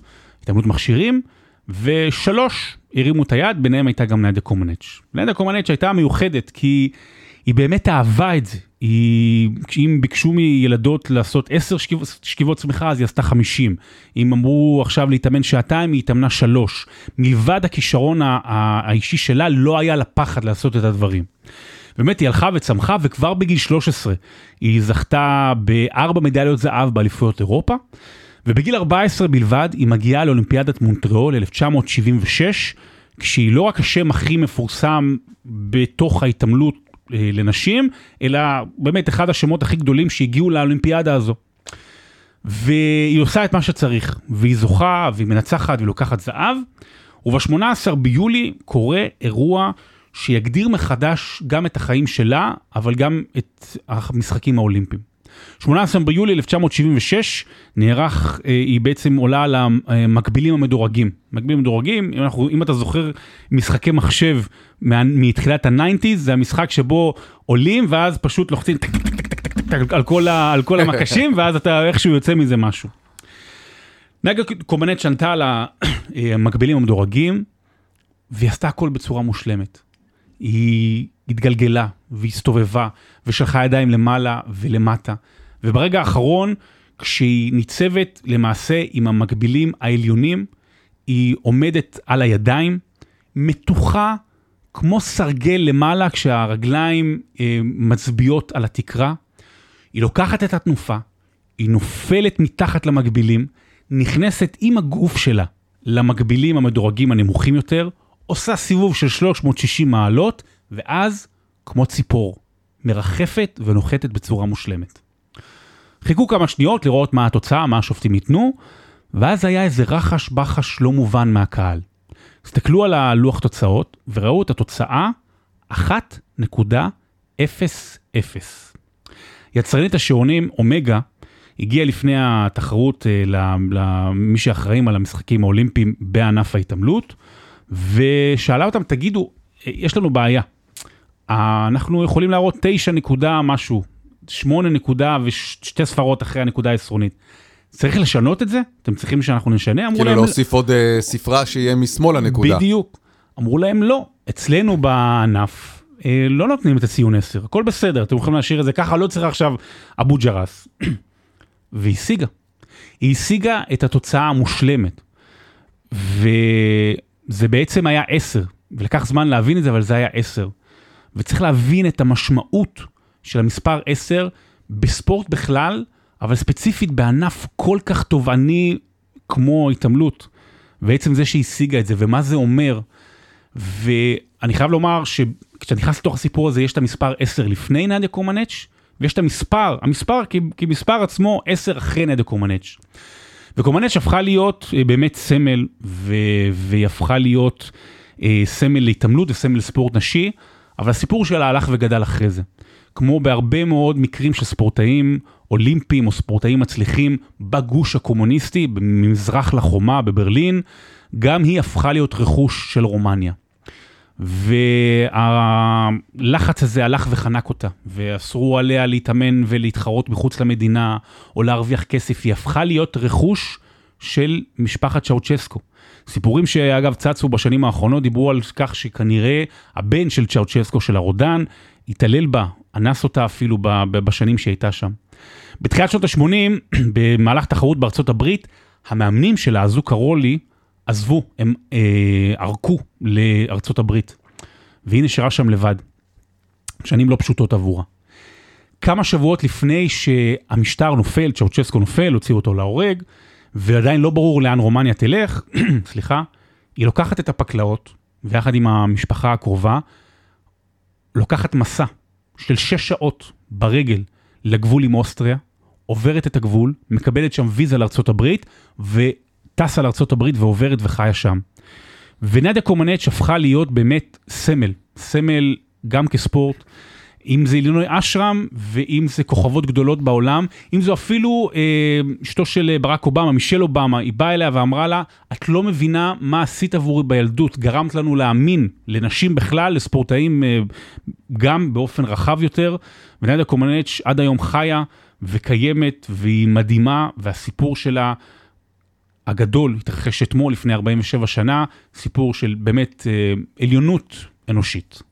התאמנות מכשירים, ושלוש הרימו את היד, ביניהם הייתה גם נדיה קומנץ'. נדיה קומנץ' הייתה מיוחדת, כי היא באמת אהבה את זה. היא, אם ביקשו מילדות לעשות עשר שכיבות, שכיבות צמיחה, אז היא עשתה חמישים. אם אמרו עכשיו להתאמן שעתיים, היא התאמנה שלוש. מלבד הכישרון האישי שלה, לא היה לה פחד לעשות את הדברים. באמת היא הלכה וצמחה, וכבר בגיל שלוש עשרה היא זכתה בארבע מדליות זהב באליפויות אירופה, ובגיל ארבע עשרה בלבד היא מגיעה לאולימפיאדת מונטריאול אלף תשע מאות שבעים ושש, כשהיא לא רק השם הכי מפורסם בתוך ההתעמלות אה, לנשים, אלא באמת אחד השמות הכי גדולים שהגיעו לאולימפיאדה הזו. והיא עושה את מה שצריך, והיא זוכה, והיא מנצחת, והיא לוקחת זהב, וב-שמונה עשר ביולי קורה אירוע שיגדיר מחדש גם את החיים שלה, אבל גם את המשחקים האולימפיים. שמונה עשר ביולי אלף תשע מאות שבעים ושש נערך, היא בעצם עולה על המקבילים המדורגים. מקבילים המדורגים, אם, אנחנו, אם אתה זוכר משחקי מחשב מתחילת ה-תשעים, זה המשחק שבו עולים ואז פשוט לוחצים טק, טק, טק, טק, טק, טק, על כל, ה, על כל המקשים, ואז אתה איכשהו יוצא מזה משהו. נדיה קומנץ' ענתה על המקבילים המדורגים, והיא עשתה הכל בצורה מושלמת. היא התגלגלה והסתובבה ושלחה ידיים למעלה ולמטה. וברגע האחרון, כשהיא ניצבת למעשה עם המקבילים העליונים, היא עומדת על הידיים, מתוחה כמו סרגל למעלה כשהרגליים אה, מצביעות על התקרה. היא לוקחת את התנופה, היא נופלת מתחת למקבילים, נכנסת עם הגוף שלה למקבילים המדורגים הנמוכים יותר, עושה סיבוב של שלוש מאות ושישים מעלות, ואז, כמו ציפור, מרחפת ונוחתת בצורה מושלמת. חיכו כמה שניות לראות מה התוצאה, מה השופטים ייתנו, ואז היה איזה רחש בחש לא מובן מהקהל. הסתכלו על הלוח תוצאות, וראו את התוצאה אחת נקודה אפס אפס. יצרנית השעונים, אומגה, הגיעה לפני התחרות למי שאחראים על המשחקים האולימפיים בענף ההתעמלות, ושאלה אותם, תגידו, יש לנו בעיה. אנחנו יכולים להראות תשע נקודה משהו, שמונה נקודה ושתי ספרות אחרי הנקודה העשרונית. צריך לשנות את זה? אתם צריכים שאנחנו נשנה? כאילו להוסיף עוד ספרה שיהיה משמאל הנקודה. בדיוק. אמרו להם לא. אצלנו בענף לא נותנים את הציון עשר. הכל בסדר, אתם יכולים להשאיר את זה ככה, לא צריך עכשיו אבו ג'רס. והיא השיגה. היא השיגה את התוצאה המושלמת. וזה בעצם היה עשר. ולקח זמן להבין את זה, אבל זה היה עשר. וצריך להבין את המשמעות של המספר עשר בספורט בכלל, אבל ספציפית בענף כל כך תובעני כמו התעמלות. בעצם זה שהשיגה את זה, ומה זה אומר. ואני חייב לומר שכשאני נכנס לתוך הסיפור הזה, יש את המספר עשר לפני נדיה קומנץ', ויש את המספר, המספר כמספר עצמו עשר אחרי נדיה קומנץ'. וקומנץ' הפכה להיות באמת סמל, והיא הפכה להיות סמל להתעמלות וסמל ספורט נשי, אבל הסיפור שלה הלך וגדל אחרי זה. כמו בהרבה מאוד מקרים של ספורטאים אולימפיים או ספורטאים מצליחים בגוש הקומוניסטי, ממזרח לחומה בברלין, גם היא הפכה להיות רכוש של רומניה. והלחץ הזה הלך וחנק אותה, ואסרו עליה להתאמן ולהתחרות מחוץ למדינה, או להרוויח כסף. היא הפכה להיות רכוש של משפחת צ'אוצ'סקו. סיפורים שאגב צצו בשנים האחרונות, דיברו על כך שכנראה הבן של צ'אוצ'סקו, של הרודן, התעלל בה, אנס אותה אפילו בשנים שהייתה שם. בתחילת שנות ה-שמונים, במהלך תחרות בארצות הברית, המאמנים שלה, הזו קרולי, עזבו, הם אה, ערקו לארצות הברית, והיא נשארה שם לבד. שנים לא פשוטות עבורה. כמה שבועות לפני שהמשטר נופל, צ'אוצ'סקו נופל, הוציאו אותו להורג, ועדיין לא ברור לאן רומניה תלך, סליחה, היא לוקחת את הפקלאות, ויחד עם המשפחה הקרובה, לוקחת מסע של שש שעות ברגל לגבול עם אוסטריה, עוברת את הגבול, מקבלת שם ויזה לארצות הברית, וטסה לארצות הברית ועוברת וחיה שם. ונדיה קומנץ' הפכה להיות באמת סמל, סמל גם כספורט, אם זה אילינוי אשרם, ואם זה כוכבות גדולות בעולם, אם זו אפילו אה, אשתו של ברק אובמה, מישל אובמה, היא באה אליה ואמרה לה, את לא מבינה מה עשית עבורי בילדות, גרמת לנו להאמין לנשים בכלל, לספורטאים אה, גם באופן רחב יותר, ונדיה קומנץ' עד היום חיה וקיימת, והיא מדהימה, והסיפור שלה הגדול התרחש אתמול לפני ארבעים ושבע שנה, סיפור של באמת עליונות אנושית.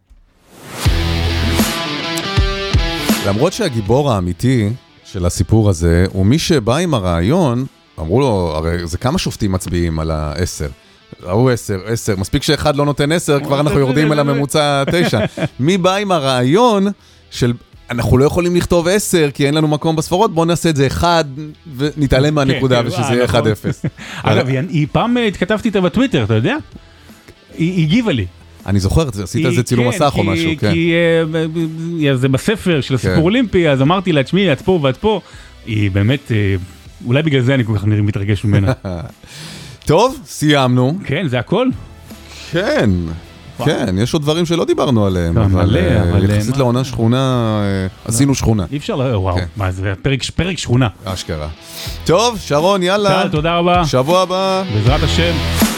למרות שהגיבור האמיתי של הסיפור הזה, הוא מי שבא עם הרעיון, אמרו לו, הרי זה כמה שופטים מצביעים על העשר. ראו עשר, עשר, מספיק שאחד לא נותן עשר, כבר אנחנו יורדים אל הממוצע תשע. מי בא עם הרעיון של, אנחנו לא יכולים לכתוב עשר, כי אין לנו מקום בספרות, בואו נעשה את זה אחד, ונתעלם מהנקודה, ושזה יהיה אחד אפס. אגב, היא פעם התכתבתי איתה בטוויטר, אתה יודע? היא הגיבה לי. אני זוכר, עשית איזה צילום מסך או משהו, כן. כי זה בספר של הסיפור אולימפי, אז אמרתי לה, תשמעי, את פה ואת פה, היא באמת, אולי בגלל זה אני כל כך נראה מתרגש ממנה. טוב, סיימנו. כן, זה הכל? כן, כן, יש עוד דברים שלא דיברנו עליהם, אבל יחסית לעונה שכונה, עשינו שכונה. אי אפשר, וואו, מה זה, פרק שכונה. אשכרה. טוב, שרון, יאללה. תודה רבה. שבוע הבא. בעזרת השם.